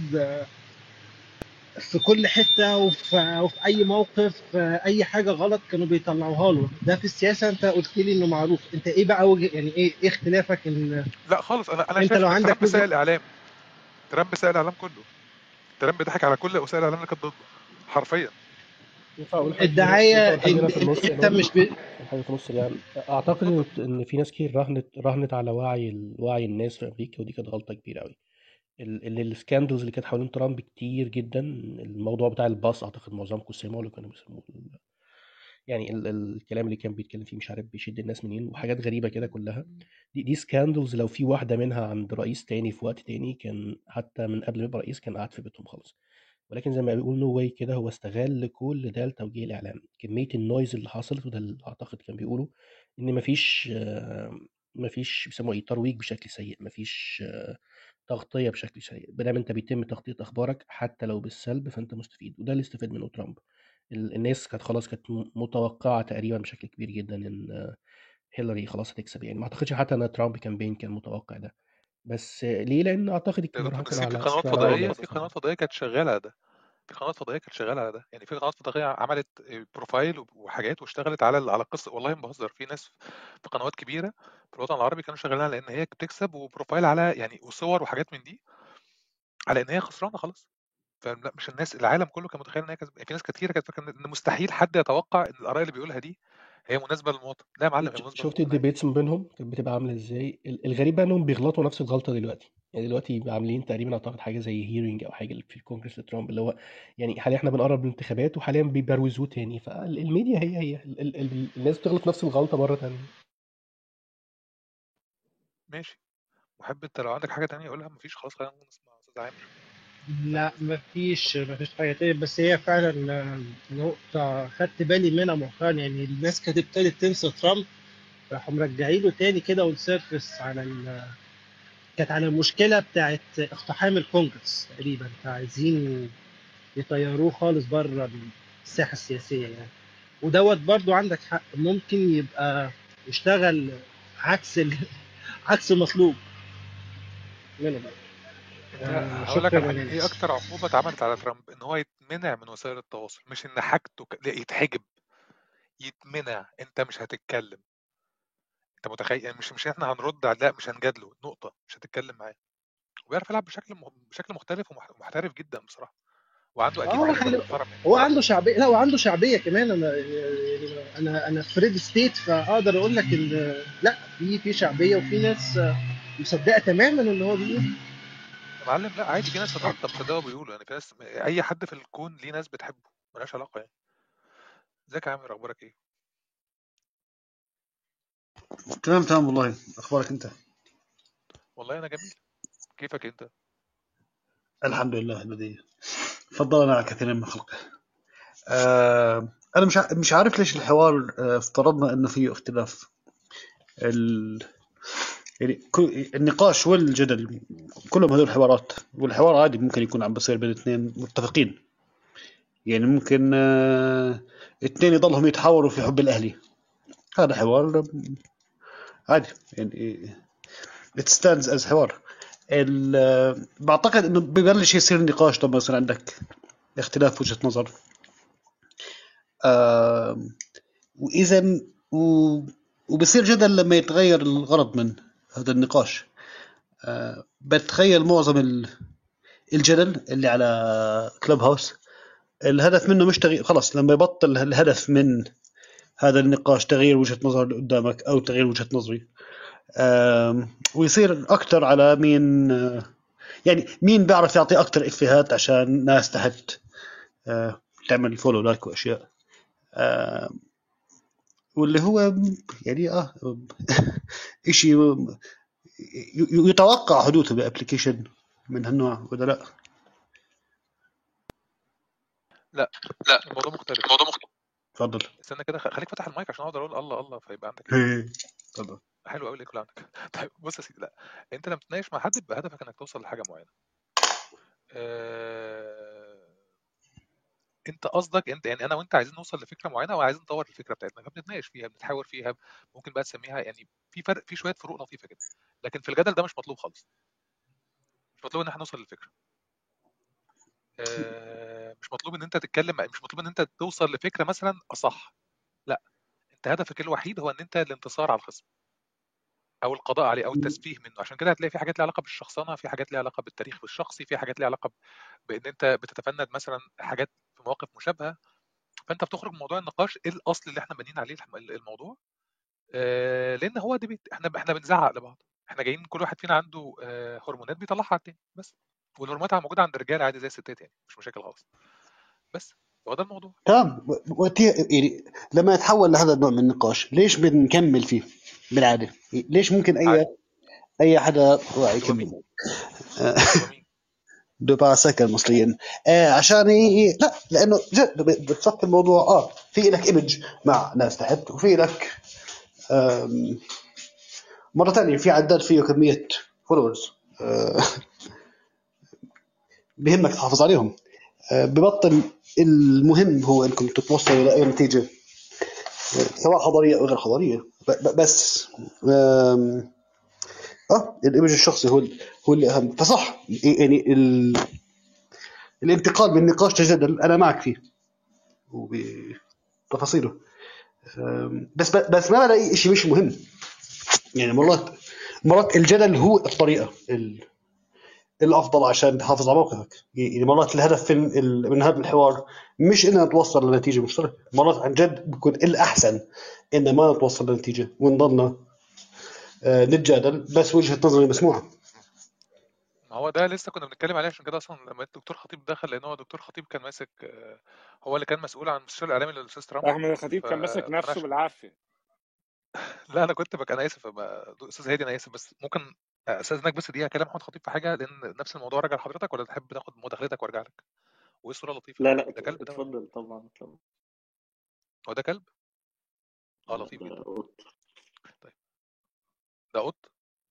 في كل حتة وفي أي موقف. أي حاجة غلط كانوا بيطلعوها له. ده في السياسة أنت قلت لي إنه معروف. أنت إيه بقى وجه يعني إيه اختلافك إن لا خالص، انا أنت شايف لو ان عندك ترامب سائل وجهة. الاعلام. ترامب سائل الاعلام كله. ترامب ضحك على كل وسائل الاعلام اللي كانت ضده حرفيا. ينفع اقول حاجه هنا، الدعاية ينفع اقول حاجه هنا في النص يا أنت نور؟ مش حاجه في النص يعني. اعتقد اتفضل. ان في ناس كتير رهنت على وعي الناس في امريكا، ودي كانت غلطه كبيره قوي. السكاندوز اللي كانت حوالين ترامب كتير جدا. الموضوع بتاع الباص اعتقد معظمكم سمعوا اللي كانوا بيسموه يعني الكلام اللي كان بيتكلم فيه مش عارف بيشد الناس منين وحاجات غريبه كده كلها. دي سكاندلز، لو في واحده منها عند رئيس تاني في وقت تاني كان حتى من قبل ما يبقى رئيس كان قاعد في بيتهم خالص. ولكن زي ما بيقول نو واي كده، هو استغل كل ده لتوجيه الاعلام. كميه النويز اللي حصلت، وده اللي اعتقد كان بيقولوا ان مفيش بيسموه ايه ترويج بشكل سيء، مفيش تغطيه بشكل سيء. بدل انت بيتم تغطيه اخبارك حتى لو بالسلب فانت مستفيد، وده اللي استفاد منه ترامب. الناس كانت خلاص كانت متوقعه تقريبا بشكل كبير جدا ان هيلاري خلاص هتكسب. يعني ما اعتقدش حتى ان ترامب كامبين كان متوقع ده. بس ليه؟ لان اعتقد يا الكاميرا دكتور هتبقى نسيم، في على قنوات على راي فضائيه الناس في اصلا. قنوات فضائيه كانت شغاله على ده. في قنوات فضائيه كانت شغاله على ده، يعني في قنوات فضائيه عملت بروفايل وحاجات واشتغلت على القصه. والله ما بهزر، في ناس في قنوات كبيره في الوطن العربي كانوا شغالين على ان هي بتكسب، وبروفايل على يعني وصور وحاجات من دي، على ان هي خسرانه خلاص. فلا مش الناس، العالم كله كان متخيل ان هي كسب. في ناس كتيره كانت فاكره ان مستحيل حد يتوقع ان الاراء اللي بيقولها دي هي مناسبه للمواطن. لا يا معلم، هي مناسبه شفت للمواطن عادي. الديبيتس ما بينهم كانت بتبقى عامله ازاي؟ الغريب بقى انهم بيغلطوا نفس الغلطه دلوقتي. يعني دلوقتي عاملين تقريبا اعتقد حاجه زي هيرنج او حاجه في الكونجرس لترامب، اللي هو يعني حاليا احنا بنقرب من الانتخابات وحاليا بيبروزوه تاني. فالميديا هي الناس بتغلط نفس الغلطه مره تانية. ماشي. محب، انت لو عندك حاجه تانية قولها. مفيش؟ خلاص خلينا نسمع استاذ عامر. استاذ لا، عامر اسمع. مفيش حاجة تانية، بس هي فعلا نقطة خدت بالي منها مؤخرا. يعني الناس كانت ابتدت تنسى ترامب، راحوا مرجعين له تاني كده ونسيرفس كانت على المشكلة بتاعت اقتحام الكونجرس تقريبا، فعايزين يطيروه خالص بره الساحة السياسية يعني. ودوت برضو عندك حق، ممكن يبقى يشتغل عكس عكس المطلوب منهم. انت هقول لك شكرا على يا حاجه. ايه ناس. اكتر عقوبه اتعملت على ترامب؟ ان هو يتمنع من وسائل التواصل، مش ان حاجته لا، يتحجب، يتمنع. انت مش هتتكلم. انت متخيل؟ يعني مش احنا هنرد لا، مش هنجادله نقطه، مش هتتكلم معاه. وبيعرف يلعب بشكل مختلف ومحترف جدا بصراحه. وعنده اكيد اه، كلمات محترمه يعني. هو عنده شعبيه، لا وعنده شعبيه كمان. انا في ريد ستيت، فاقدر اقول لك ان لا، في شعبيه، وفي ناس مصدقه تماما اللي هو بيقوله. يا معلم لا عادي، في ناس مصدقه بيقولوا يعني. في ناس، اي حد في الكون ليه ناس بتحبه، ملهاش علاقه يعني. ازيك يا عامر؟ اخبارك ايه؟ تمام تمام والله. اخبارك انت؟ والله انا جميل. كيفك انت؟ الحمد لله الذي فضلنا على كثير من خلقه. انا مش عارف ليش الحوار افترضنا انه فيه اختلاف. يعني النقاش والجدل كلهم هذول حوارات، والحوار عادي ممكن يكون عم بصير بين اثنين متفقين. يعني ممكن اثنين يضلهم يتحاوروا في حب الاهلي، هذا حوار عادي يعني. it stands as حوار. بعتقد انه ببلش يصير نقاش لما يصير عندك اختلاف وجهة نظر. وإذا وبصير جدل لما يتغير الغرض من هذا النقاش. بتخيل معظم الجدل اللي على كلوب هاوس الهدف منه مش تغيير، خلاص لما يبطل الهدف من هذا النقاش تغيير وجهة نظر اللي قدامك أو تغيير وجهة نظري، ويصير أكتر على مين، يعني مين بيعرف يعطي أكتر إفيهات عشان ناس تحت تعمل فولو لايك وأشياء. واللي هو يعني إشي يتوقع حدوثه بأبليكيشن من هالنوع ولا لا؟ لا، الموضوع مختلف. تفضل. استنى كده، خليك فاتح المايك عشان اقدر اقول الله الله، فيبقى عندك تفضل. حلو قوي اللي يكون عندك. طيب بص يا سيدي، لا انت لما تتناقش مع حد يبقى هدفك انك توصل لحاجه معينه. انت قصدك انت يعني انا وانت عايزين نوصل لفكره معينه وعايزين نطور الفكره بتاعتنا، فبنتناقش فيها، بنتحاور فيها. ممكن بقى تسميها يعني في فرق، في شويه فروق لطيفه كده. لكن في الجدل ده مش مطلوب خالص. مش مطلوب ان احنا نوصل للفكره. مش مطلوب ان انت تتكلم، مش مطلوب ان انت توصل لفكره مثلا اصح. لا، انت هدفك الوحيد هو ان انت الانتصار على الخصم او القضاء عليه او التسفيه منه. عشان كده هتلاقي في حاجات ليها علاقه بالشخصنه، في حاجات ليها علاقه بالتاريخ الشخصي، في حاجات ليها علاقه بان انت بتتفند مثلا حاجات في مواقف مشابهه. فانت بتخرج من موضوع النقاش ايه الاصل اللي احنا بانيين عليه الموضوع. لان هو ديبيت، احنا بنزعق لبعض. احنا جايين كل واحد فينا عنده هرمونات بيطلعها على التاني بس. والهرمونات موجوده عند الرجال عادي زي الستات يعني، مش مشاكل خالص. بس هو ده الموضوع. تمام. يعني لما يتحول لهذا النوع من النقاش ليش بنكمل فيه بالعادة؟ ليش ممكن عادي. أي حدا واعي دوبامين. يكمل؟ دوبامين. دوبا سكر مصريا. عشان لا، لأنه بتصفي الموضوع. في لك إيمج مع ناس تحت، وفي لك مرة تانية في عداد فيه كمية فولورز بيهمك تحافظ عليهم. ببطل المهم هو انكم تتوصلوا الى اي نتيجه، سواء حضاريه او غير حضاريه. بس الايمج الشخصي هو اللي اهم. فصح يعني الانتقال من نقاش لجدل انا معك فيه وبتفاصيله. بس ما بلاقي شيء مش مهم. يعني مرات الجدل هو الطريقه الافضل عشان تحافظ على موقفك. يعني مرات الهدف من هذا الحوار مش اننا نتوصل لنتيجه مشتركه، مرات عن جد بيكون الاحسن ان ما نتوصل لنتيجه ونضلنا نتجادل بس وجهه نظري مسموعه. ما هو ده لسه كنا بنتكلم عليه، عشان كده اصلا لما الدكتور خطيب دخل، لان هو الدكتور خطيب كان ماسك هو اللي كان مسؤول عن المستشار الاعلامي للاستاذ ترامب. احمد الخطيب كان ماسك فانا نفسه بالعافيه. لا انا كنت انا اسف استاذ هادي، انا اسف، بس ممكن استاذنك بس دقيقه كلام محمد خطيب في حاجه، لان نفس الموضوع راجع لحضرتك، ولا تحب تاخد مداخلتك وارجع لك؟ وايه الصوره لطيفه لا دي؟ لا ده كلب ده ولا ايه؟ اتفضل طبعا طبعا. هو ده كلب؟ اه لا لطيف ده جدا. قط. طيب ده قط؟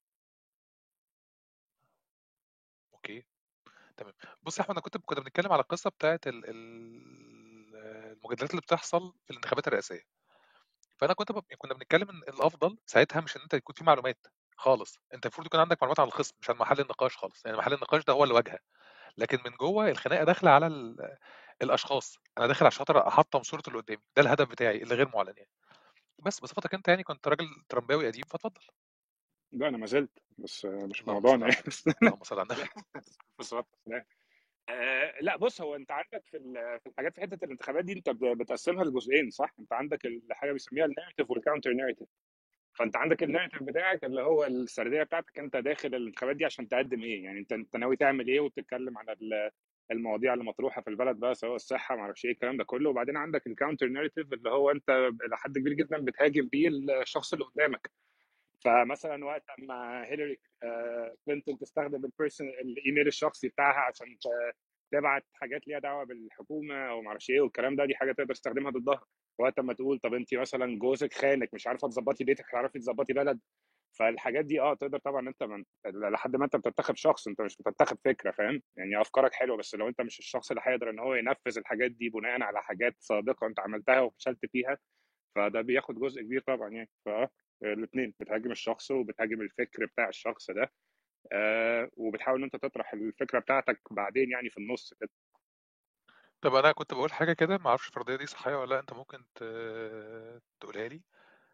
اوكي تمام. بص يا احمد، انا كنا بنتكلم على القصه بتاعت المجادلات اللي بتحصل في الانتخابات الرئاسيه. فانا كنا بنتكلم ان الافضل ساعتها مش ان انت يكون في معلومات خالص، انت المفروض يكون عندك معلومات عن الخصم، مش عن محل النقاش خالص، يعني محل النقاش ده هو الواجهه، لكن من جوه الخناقه داخله على الاشخاص. انا داخل عشان خاطر احطم صوره اللي قدامي، ده الهدف بتاعي اللي غير معلن يعني. بس بصفتك انت يعني كنت راجل ترمباوي قديم، فاتفضل. لا انا ما زلت، بس مش اللهم صل موضوعنا على يعني. النبي، اللهم صل على النبي. بس لا بص، هو انت عندك في الحاجات، في حته الانتخابات دي انت بتقسمها لجزئين، صح؟ انت عندك الحاجه بيسميها الناريتيف والكاونتر ناريتيف. فانت عندك الناريتيف بتاعك اللي هو السرديه بتاعتك، انت داخل الانتخابات دي عشان تقدم ايه، يعني انت ناوي تعمل ايه، وبتتكلم عن المواضيع اللي مطروحه في البلد بقى، سواء الصحه ما اعرفش ايه الكلام ده كله. وبعدين عندك الكاونتر ناريتيف اللي هو انت الى حد كبير جدا بتهاجم بيه الشخص اللي قدامك. فمثلا وقت ما هيلاري كلينتون تستخدم الايميل الشخصي بتاعها عشان تبعت حاجات ليها دعوه بالحكومه او ما اعرفش ايه والكلام ده، دي حاجه تقدر تستخدمها ضدها. وقت ما تقول طب انت مثلا جوزك خانك، مش عارفه تظبطي بيتك، تعرفي تظبطي بلد. فالحاجات دي تقدر طبعا، انت لحد ما انت بتنتخب شخص، انت مش بتنتخب فكره، فاهم يعني؟ افكارك حلوه، بس لو انت مش الشخص اللي هيقدر ان هو ينفذ الحاجات دي بناء على حاجات سابقه انت عملتها وفشلت فيها، فده بياخد جزء كبير طبعا يعني. الاثنين بتهاجم الشخص وبتهاجم الفكر بتاع الشخص ده، وبتحاول ان انت تطرح الفكره بتاعتك بعدين يعني في النص كده. طب انا كنت بقول حاجه كده، ما اعرفش الفرضيه دي صحيحه ولا لا، انت ممكن تقولها لي.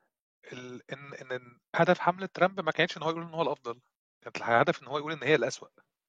ان هدف حمله ترامب ما كانتش ان هو يقول ان هو الافضل، كانت الهدف ان هو يقول ان هي الاسوأ.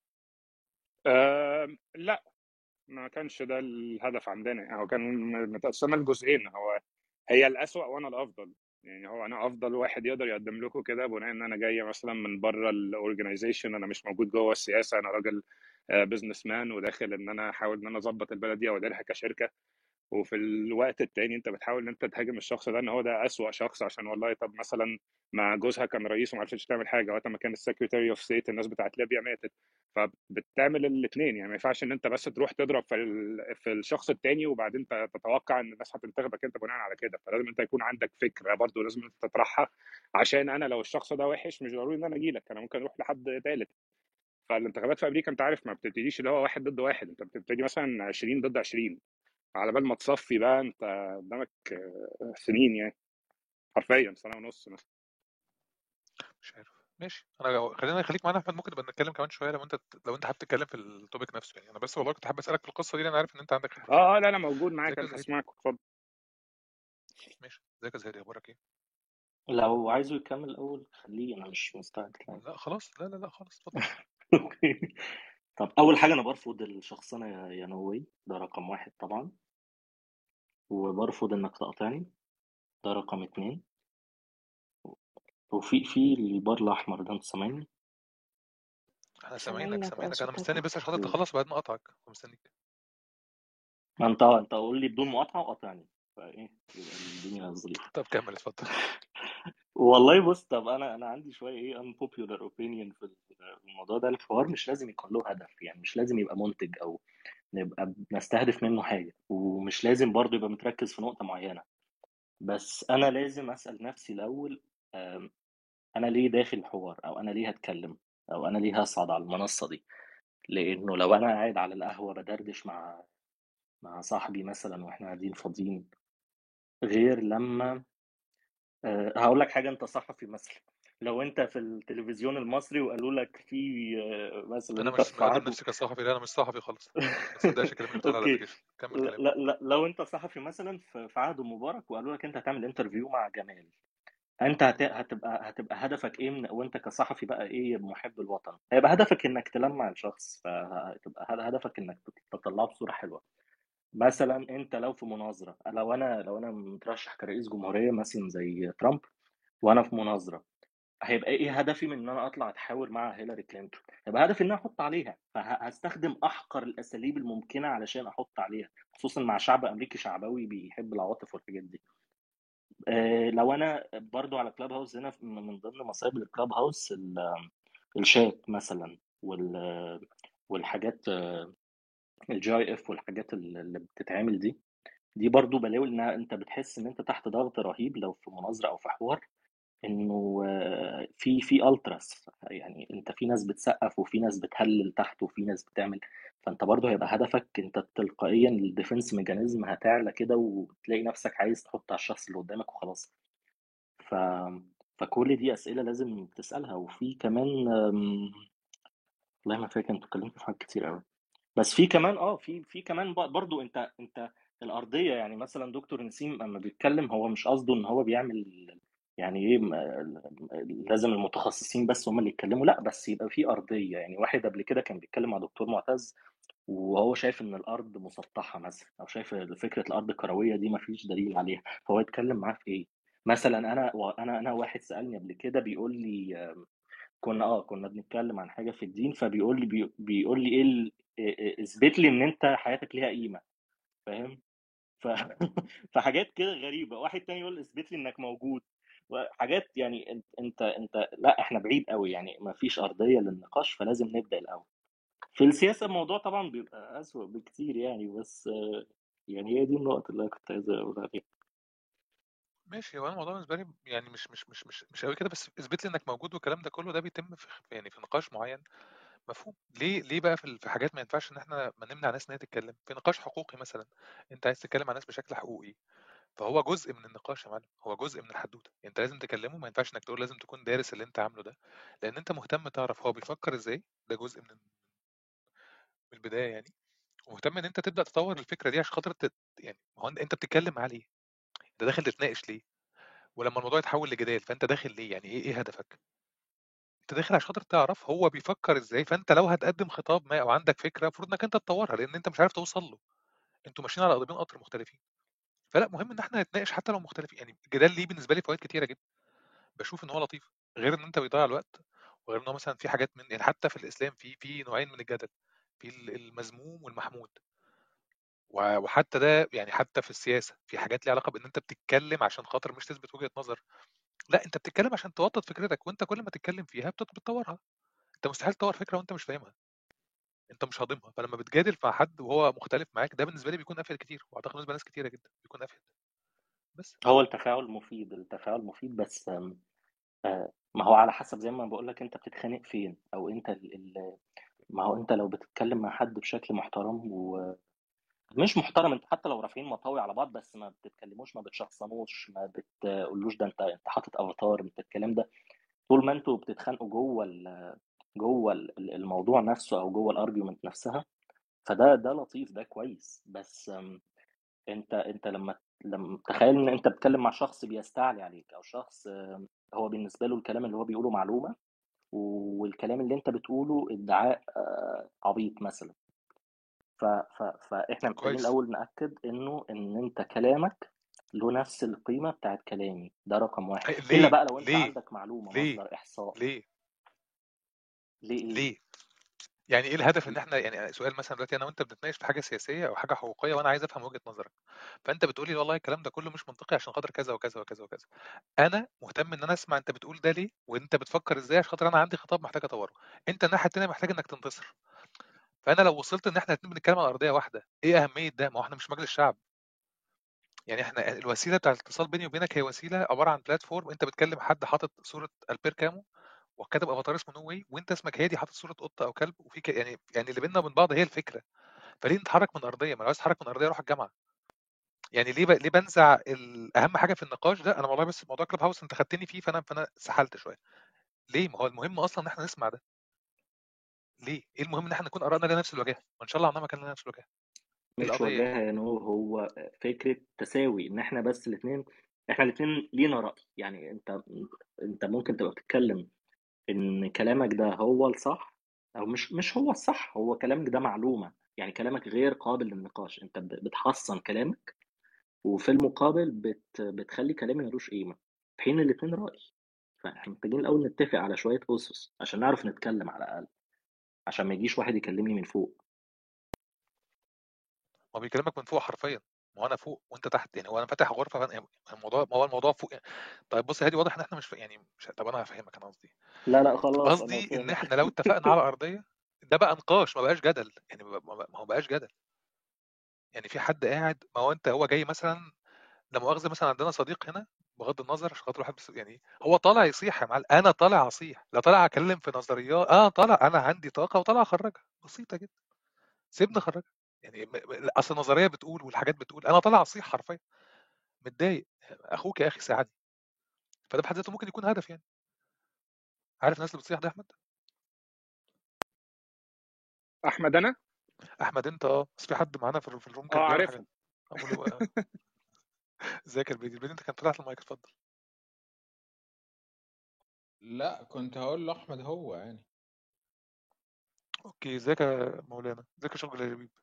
لا، ما كانش ده الهدف عندنا يعني. هو كان متقسمه لجزئين، هي الأسوأ وانا الافضل. يعني هو انا افضل واحد يقدر يقدم لكم كده بناء ان انا جاي مثلا من بره الاورجنايزيشن، انا مش موجود جوه السياسه، انا راجل بزنس مان وداخل ان انا احاول ان انا اظبط البلد دي واديرها كشركه. وفي الوقت التاني انت بتحاول ان انت تهاجم الشخص ده ان هو ده اسوأ شخص، عشان والله طب مثلا ما جوزها كان رئيس وما عرفتش تعمل حاجه، وقت ما كان السكرتاري اوف ستيت الناس بتاعت ليبيا ماتت. فبتعمل الاثنين يعني. ما ينفعش ان انت بس تروح تضرب في الشخص التاني وبعدين تتوقع ان الناس هتنتخبك انت بناء على كده. فلازم انت يكون عندك فكره برضه، لازم انت تطرحها. عشان انا لو الشخص ده وحش مش ضروري ان انا اجي لك، انا ممكن اروح لحد ثالث. فالانتخابات في امريكا انت عارف ما بتبتديش اللي هو واحد ضد واحد، انت بتبتدي مثلا 20 ضد 20. على بال ما تصفي بقى انت قدامك سنين يعني، حرفيا سنه ونص مثلا. مش عارف، ماشي. خلينا نخليك معانا احمد، ممكن نبقى نتكلم كمان شويه لو انت حابب تتكلم في التوبيك نفسه يعني. انا بس والله كنت حابب اسالك في القصه دي لان انا عارف ان انت عندك خبره فيها. لا موجود معاك، ازيك يا انا زهير؟ هسمعك، اتفضل. ماشي، ازيك يا زهير، اخبارك ايه؟ لو عايزه يكمل اول خليه، انا مش مستعد يعني. لا خلاص، لا خالص، اتفضل. اوكي. طب اول حاجه انا برفض الشخصنه يا نووي، ده رقم واحد طبعا. وبرفض انك تقاطعني، ده رقم اتنين. وفي البار الاحمر ده، انت سامعني؟ احنا سامعينك سامعينك سامعينك، انا صوتك مستني بس واضح. عشان خاطر تخلص بعد ما اقطعك، مستنيك. ما انت قول لي بدون مقاطعه وقاطعني، فايه يبقى الدنيا ظريفه. طب كمل اتفضل. والله بص، طب انا عندي شويه unpopular opinion في الموضوع ده. الحوار مش لازم يكون له هدف، يعني مش لازم يبقى منتج او نبقى بنستهدف منه حاجه، ومش لازم برضه يبقى متركز في نقطه معينه. بس انا لازم اسال نفسي الاول، انا ليه داخل الحوار، او انا ليه هتكلم، او انا ليه هصعد على المنصه دي. لانه لو انا قاعد على القهوه بدردش مع صاحبي مثلا واحنا قاعدين فاضيين، غير لما هقول لك حاجه، انت صحفي مثلا، لو انت في التلفزيون المصري وقالوا لك في مثلا انا انت مش في مقدم عدو. نفسي كصحفي، لا انا مش صحفي خالص، ما تصدقش الكلام اللي بيتقال على اوكي. الابلكيشن. كمل كلام. لا لو انت صحفي مثلا في عهد مبارك وقالوا لك انت هتعمل انترفيو مع جمال، انت هتبقى هدفك ايه وانت كصحفي بقى ايه محب الوطن، هيبقى هدفك انك تلمع الشخص، فهتبقى هدفك انك تطلعه بصورة حلوة. مثلا انت لو في مناظرة، لو انا مترشح كرئيس جمهورية مثلا زي ترامب، وانا في مناظرة، هيبقى ايه هدفي من ان انا اطلع اتحاور مع هيلاري كلينتون؟ هيبقى هدفي ان انا احط عليها، فهستخدم احقر الاساليب الممكنة علشان احط عليها، خصوصا مع شعب امريكي شعبوي بيحب العواطف والحاجات دي. لو انا برضو على كلاب هاوس هنا، من ضمن مصايب الكلاب هاوس الشات مثلا، والحاجات الجي اي اف والحاجات اللي بتتعمل دي برضو بلاقي انها انت بتحس ان انت تحت ضغط رهيب لو في مناظره او في حوار، انه في التراس، يعني انت في ناس بتسقف وفي ناس بتهلل تحت وفي ناس بتعمل، فانت برضو هيبقى هدفك انت تلقائيا الديفنس ميكانيزم هتعلى كده، وتلاقي نفسك عايز تحط على الشخص اللي قدامك وخلاص. ف... فكل دي أسئلة لازم تسألها. وفي كمان والله ما فاكر، انتوا اتكلمتوا في حاجات كتير قوي، بس في كمان في كمان برضو انت الأرضية. يعني مثلا دكتور نسيم اما بيتكلم هو مش قصده ان هو بيعمل يعني ايه لازم المتخصصين بس هم اللي يتكلموا، لا بس يبقى في أرضية. يعني واحد قبل كده كان بيتكلم مع دكتور معتز، وهو شايف ان الارض مسطحه مثلا، او شايف فكره الارض الكرويه دي ما فيش دليل عليها، فهو يتكلم معاه في ايه؟ مثلا انا واحد سالني قبل كده بيقول لي كنا بنتكلم عن حاجه في الدين، فبيقول لي بيقول لي ايه اثبت لي ان انت حياتك ليها قيمه، فاهم؟ ف... فحاجات كده غريبه. واحد تاني يقول اثبت لي انك موجود، وحاجات يعني انت لا، احنا بعيد قوي، يعني ما فيش ارضيه للنقاش، فلازم نبدا الاول. في السياسة الموضوع طبعا بيبقى أسوأ بكتير يعني، بس يعني هي دي النقطة اللي أنا كنت عايز أقول عليها. ماشي. هو انا الموضوع بالنسبه لي يعني مش قوي كده، بس اثبت لي انك موجود والكلام ده كله ده بيتم في يعني في نقاش معين مفهوم. ليه بقى في حاجات ما ينفعش ان احنا ما نمنع ناس ان هي تتكلم في نقاش حقوقي مثلا؟ انت عايز تتكلم مع ناس بشكل حقوقي، فهو جزء من النقاش يا معلم، هو جزء من الحدوته. انت لازم تكلمه، ما ينفعش انك تقول لازم تكون دارس اللي انت عامله ده، لان انت مهتم تعرف هو بيفكر ازاي. ده جزء من البدايه يعني. ومهتم ان انت تبدا تطور الفكره دي عشان خاطر يعني ما هو انت بتتكلم معاه ليه؟ انت داخل تتناقش ليه؟ ولما الموضوع يتحول لجدال فانت داخل ليه؟ يعني ايه هدفك؟ انت داخل عشان خاطر تعرف هو بيفكر ازاي. فانت لو هتقدم خطاب ما او عندك فكره، المفروض انك انت تطورها، لان انت مش عارف توصل له. انتوا ماشيين على قضيبين قطر مختلفين. فلا، مهم ان احنا نتناقش حتى لو مختلفين. يعني الجدال ليه بالنسبه لي فوائد كتيره جدا. بشوف ان هو لطيف، غير ان انت بيضيع الوقت، وغير ان هو مثلا في حاجات من يعني حتى في الاسلام في نوعين من الجدل، في المذموم والمحمود. وحتى ده يعني حتى في السياسه في حاجات ليها علاقه بان انت بتتكلم عشان خاطر مش تثبت وجهه نظر، لا انت بتتكلم عشان توطد فكرتك، وانت كل ما تتكلم فيها بتطورها. انت مستحيل تطور فكره وانت مش فاهمها، انت مش هاضمها. فلما بتجادل مع حد وهو مختلف معاك، ده بالنسبه لي بيكون افيد كتير، واعتقد بالنسبه لناس كتيره جدا بيكون افيد. بس هو التفاعل مفيد، بس ما هو على حسب، زي ما بقول لك، أنت بتتخانق فين، أو أنت ما هو أنت لو بتتكلم مع حد بشكل محترم ومش محترم، أنت حتى لو رافعين مطاوي على بعض بس ما بتتكلموش، ما بتشخصنوش، ما بتقولوش ده انت حاطط افاتار، انت الكلام ده، طول ما انتوا بتتخانقوا جوه الموضوع نفسه او جوه الارجيومنت نفسها، فده لطيف، ده كويس. بس انت لما تخيل ان انت بتتكلم مع شخص بيستعلي عليك، او شخص هو بالنسبه له الكلام اللي هو بيقوله معلومه، والكلام اللي انت بتقوله ادعاء عبيط مثلا. فاحنا محتاجين كويس. الاول ناكد ان انت كلامك له نفس القيمه بتاعت كلامي، ده رقم واحد. الا ليه بقى لو انت ليه عندك معلومه ليه مصدر احصاء. ليه ليه ايه؟ ليه يعني ايه الهدف ان احنا يعني سؤال مثلا دلوقتي انا وانت بنتناقش في حاجه سياسيه او حاجه حقوقيه، وانا عايز افهم وجهه نظرك، فانت بتقول لي والله الكلام ده كله مش منطقي عشان خاطر كذا وكذا وكذا وكذا. انا مهتم ان انا اسمع انت بتقول ده ليه، وانت بتفكر ازاي، عشان خاطر انا عندي خطاب محتاج اطوره. انت الناحيه التانيه محتاج انك تنتصر. فانا لو وصلت ان احنا الاتنين بنتكلم على ارضيه واحده، ايه اهميه ده؟ ما هو احنا مش مجلس شعب. يعني احنا الوسيله بتاع الاتصال بيني وبينك هي وسيله عباره عن بلاتفورم. انت بتكلم حد حاطط صوره البير كامو وكاتب افاتار اسمه نو واي، وانت اسمك هادي حاطط صوره قطه او كلب، وفي يعني اللي بيننا وبين بعض هي الفكره. فليه نتحرك من ارضيه؟ ما لو عايز تتحرك من ارضيه روح الجامعه. يعني ليه بنزع اهم حاجه في النقاش ده؟ انا والله بس موضوع كلوب هاوس انت خدتني فيه، فانا سحلت شويه. ليه؟ ما هو المهم اصلا ان احنا نسمع ده. ليه؟ ايه المهم ان احنا نكون ارائنا لنا نفس الوجهه؟ وان شاء الله عمرنا ما كان لنا نفس الوجهه. ايه مش القضيه يعني؟ وجاهه يا نور، هو فكره تساوي، ان احنا بس الاثنين احنا الاثنين لينا رأي. يعني انت ممكن تبقى بتتكلم ان كلامك ده هو الصح، او مش هو الصح، هو كلامك ده معلومة، يعني كلامك غير قابل للنقاش، انت بتحصن كلامك، وفي المقابل بتخلي كلامي ملوش قيمة، في حين الاتنين رأي. فاحنا محتاجين الأول نتفق على شوية أسس عشان نعرف نتكلم على الأقل، عشان ما يجيش واحد يكلمني من فوق. هو بيكلمك من فوق حرفيا، ما هو انا فوق وانت تحت، يعني هو انا فاتح غرفه الموضوع، ما هو الموضوع فوق يعني. طيب بص يا هادي، واضح ان احنا يعني مش، طب انا هفهمك انا قصدي. لا خلاص أنا قصدي ان احنا لو اتفقنا على ارضيه، ده بقى نقاش، ما بقاش جدل يعني، ما هو بقاش جدل. يعني في حد قاعد، ما هو انت هو جاي مثلا، لا مؤاخذه، مثلا عندنا صديق هنا، بغض النظر عشان خاطر واحد بس، يعني هو طالع يصيح يا معلم، انا طالع اصيح، لا طالع اتكلم في نظريات، طالع انا عندي طاقه وطالع اخرجها، بسيطه جدا، سيبني اخرجها. يعني اصل النظريه بتقول والحاجات بتقول، انا طالع اصيح حرفيا، متضايق، اخوك يا اخي ساعدني. فده بحد ذاته ممكن يكون هدف يعني. عارف الناس اللي بتصيح ده يا احمد؟ احمد انا احمد انت، بس في حد معانا في الروم كان بيعمل حاجات. عارفهم. اقول له ازيك يا البيدي انت، كان طلعت المايك، اتفضل. لا كنت هقول له احمد هو يعني. اوكي، ازيك يا مولانا، ازيك يا شغل يا حبيب.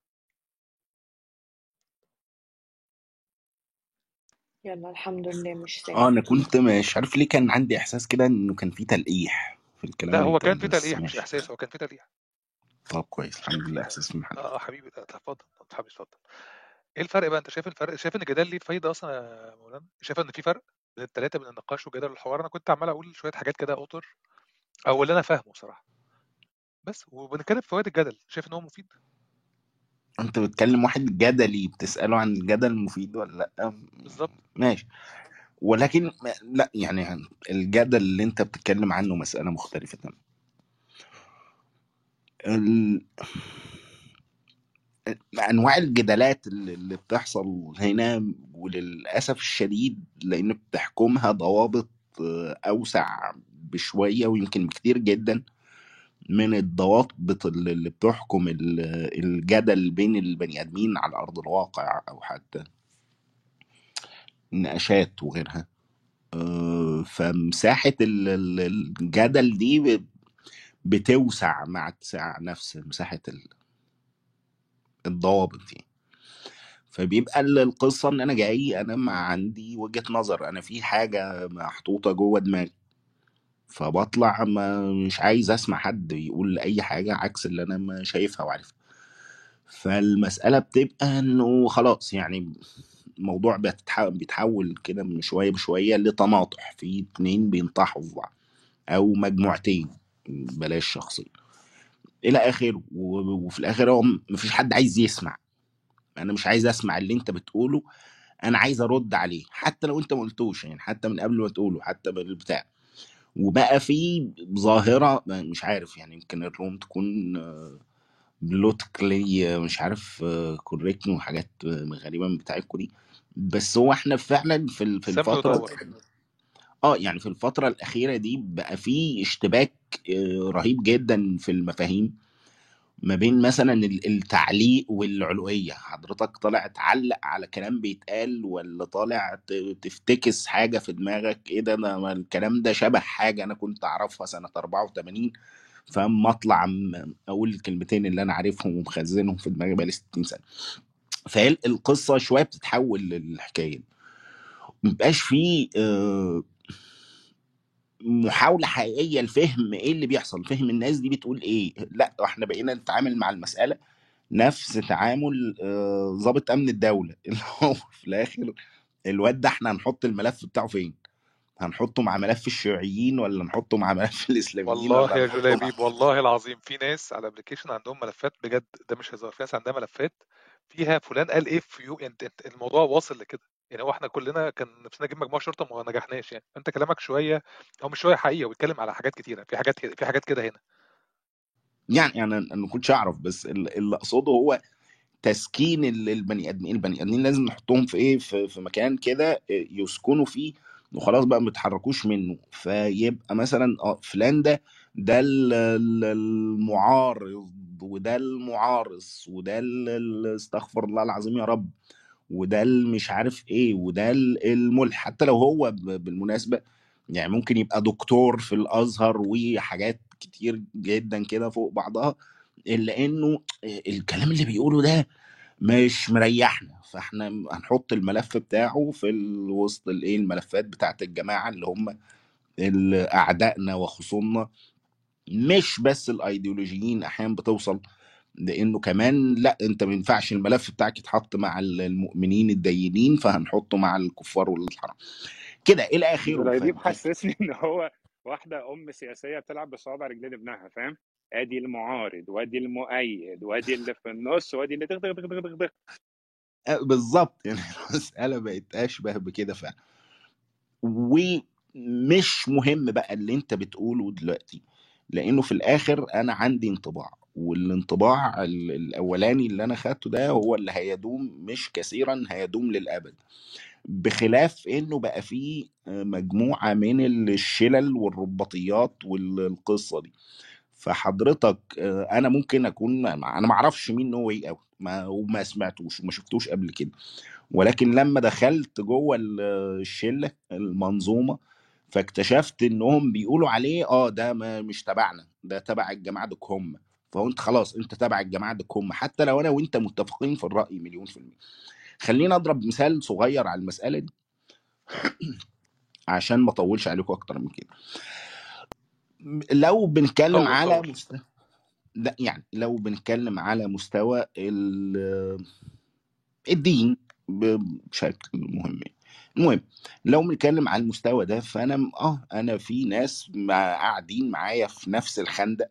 يلا الحمد لله مش اه سامع. انا كنت مش عارف ليه كان عندي احساس كده انه كان في تلقيح في الكلام لا اللي هو اتقال، كان في بس تلقيح مش ماشي. احساس، هو كان في تلقيح. طب كويس، الحمد لله احساس من حد. حبيبي، اتفضل حبيبي اتفضل. ايه الفرق بقى؟ انت شايف الفرق؟ شايف ان الجدال ليه فايده اصلا يا مولانا؟ شايف ان في فرق بين الثلاثه، بين النقاش والجدل والحوار؟ انا كنت عمال اقول شويه حاجات كده اطر، او اللي انا فاهمه صراحه، بس وبنتكلم في فوائد الجدل. شايف ان هو مفيد؟ انت بتكلم واحد جدلي بتسأله عن الجدل مفيد ولا لا؟ بالظبط. ماشي. ولكن لا يعني الجدل اللي انت بتتكلم عنه مسألة مختلفة تماما. ال... انواع الجدالات اللي بتحصل هنا وللاسف الشديد لان بتحكمها ضوابط اوسع بشوية ويمكن بكتير جدا من الضوابط اللي بتحكم الجدل بين البني ادمين على ارض الواقع او حتى النقاشات وغيرها. فمساحة الجدل دي بتوسع مع اتساع نفس مساحة الضوابط دي. فبيبقى القصة ان انا جاي، انا ما عندي وجهة نظر، انا في حاجة محطوطة جوه دماغي، فبطلع ما مش عايز اسمع حد يقول اي حاجة عكس اللي انا ما شايفها وعارفها. فالمسألة بتبقى انه خلاص يعني الموضوع بيتحول كده من شوية بشوية لتناطح، في اتنين بينطحوا في بعض او مجموعتين، بلاش شخصين الى اخره. وفي الاخر هو مفيش حد عايز يسمع. انا مش عايز اسمع اللي انت بتقوله، انا عايز ارد عليه حتى لو انت ما قلتوش، يعني حتى من قبل ما تقوله، حتى بالبتاع. وبقى في ظاهرة مش عارف يعني، يمكن الروم تكون بلوتكلي مش عارف كوريكت وحاجات غريبة من بتاعتكم دي. بس هو احنا فعلا في سمي الفترة ودور. يعني في الفترة الأخيرة دي بقى في اشتباك رهيب جدا في المفاهيم ما بين مثلا التعليق والعلوية. حضرتك طالع تعلق على كلام بيتقال، ولا طالع تفتكس حاجة في دماغك، ايه ده، أنا الكلام ده شبه حاجة انا كنت اعرفها سنة 84، فاما اطلع اقول الكلمتين اللي انا عارفهم ومخزنهم في دماغي بقالي 60 سنة. فهي القصة شوية بتتحول للحكاية، مبقاش فيه محاولة حقيقية لفهم ايه اللي بيحصل، فهم الناس دي بتقول ايه. لا احنا بقينا نتعامل مع المسألة نفس تعامل ضابط امن الدولة اللي هو في الاخر الواد ده احنا هنحط الملف بتاعه فين؟ هنحطه مع ملف الشيوعيين، ولا نحطه مع ملف الاسلاميين، والله ولا يا هنحطه مع... جلابيب، والله العظيم في ناس على الابلكيشن عندهم ملفات بجد، ده مش هزار، في ناس عندها ملفات فيها فلان قال ايه في انت الموضوع واصل لكده. يعني هو احنا كلنا كان نفسنا نجيب مجموعه شرطه وما نجحناش، يعني انت كلامك شويه او مش شويه حقيقه، وبيتكلم على حاجات كتيره، في حاجات كده هنا. يعني انا ما كنتش اعرف، بس اللي اقصده هو تسكين البني ادمين لازم نحطهم في ايه، في مكان كده يسكنوا فيه وخلاص بقى ما يتحركوش منه. فيبقى مثلا فلان ده المعارض، وده المعارض، وده استغفر الله العظيم يا رب، وده مش عارف ايه، وده الملح. حتى لو هو بالمناسبة يعني ممكن يبقى دكتور في الازهر وحاجات كتير جدا كده فوق بعضها، الا انه الكلام اللي بيقوله ده مش مريحنا، فاحنا هنحط الملف بتاعه في وسط الايه الملفات بتاعت الجماعة اللي هم اعدائنا وخصومنا. مش بس الايديولوجيين، احيانا بتوصل لانه كمان لا، انت ما ينفعش الملف بتاعك يتحط مع المؤمنين الدينين، فهنحطه مع الكفار والحرام كده الى اخره. زي دي محسسني ان هو واحده ام سياسيه بتلعب بصوابع رجلين ابنها، فاهم؟ ادي المعارض وادي المؤيد وادي اللي في النص وادي اللي دغ دغ دغ دغ دغ. بالظبط يعني المساله بقت اشبه بكده فعلا. ومش مهم بقى اللي انت بتقوله دلوقتي، لانه في الاخر انا عندي انطباع، والانطباع الاولاني اللي انا خدته ده هو اللي هيدوم مش كثيرا، هيدوم للابد. بخلاف انه بقى فيه مجموعة من الشلل والرباطيات والقصة دي. فحضرتك انا ممكن اكون انا ما اعرفش مين نو واي اوت، وما سمعتوش وما شفتوش قبل كده، ولكن لما دخلت جوه الشلة المنظومة فاكتشفت انهم بيقولوا عليه ده مش تبعنا، ده تبع الجماعة دول هم. فانت خلاص انت تبع الجماعة دول هم، حتى لو انا وانت متفقين في الرأي مليون في المية. خلينا اضرب مثال صغير على المسألة دي عشان ما اطولش عليكم اكتر من كده. لو بنتكلم على طول. مستوى، لا يعني لو بنتكلم على مستوى الدين بشكل مهم. المهم لو بنتكلم على المستوى ده، فانا انا في ناس قاعدين معايا في نفس الخندق،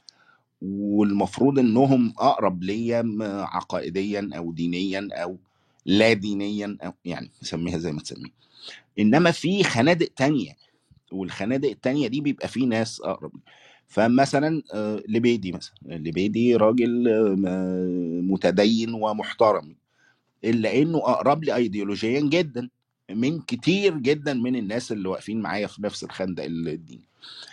والمفروض انهم اقرب ليا عقائديا او دينيا او لا دينيا، او يعني نسميها زي ما تسميها. انما في خنادق تانية، والخنادق التانية دي بيبقى فيه ناس أقرب. فمثلا لبيدي، مثلا لبيدي راجل متدين ومحترم، إلا إنه أقرب لي أيديولوجيا جدا من كتير جدا من الناس اللي واقفين معايا في نفس الخندق الديني.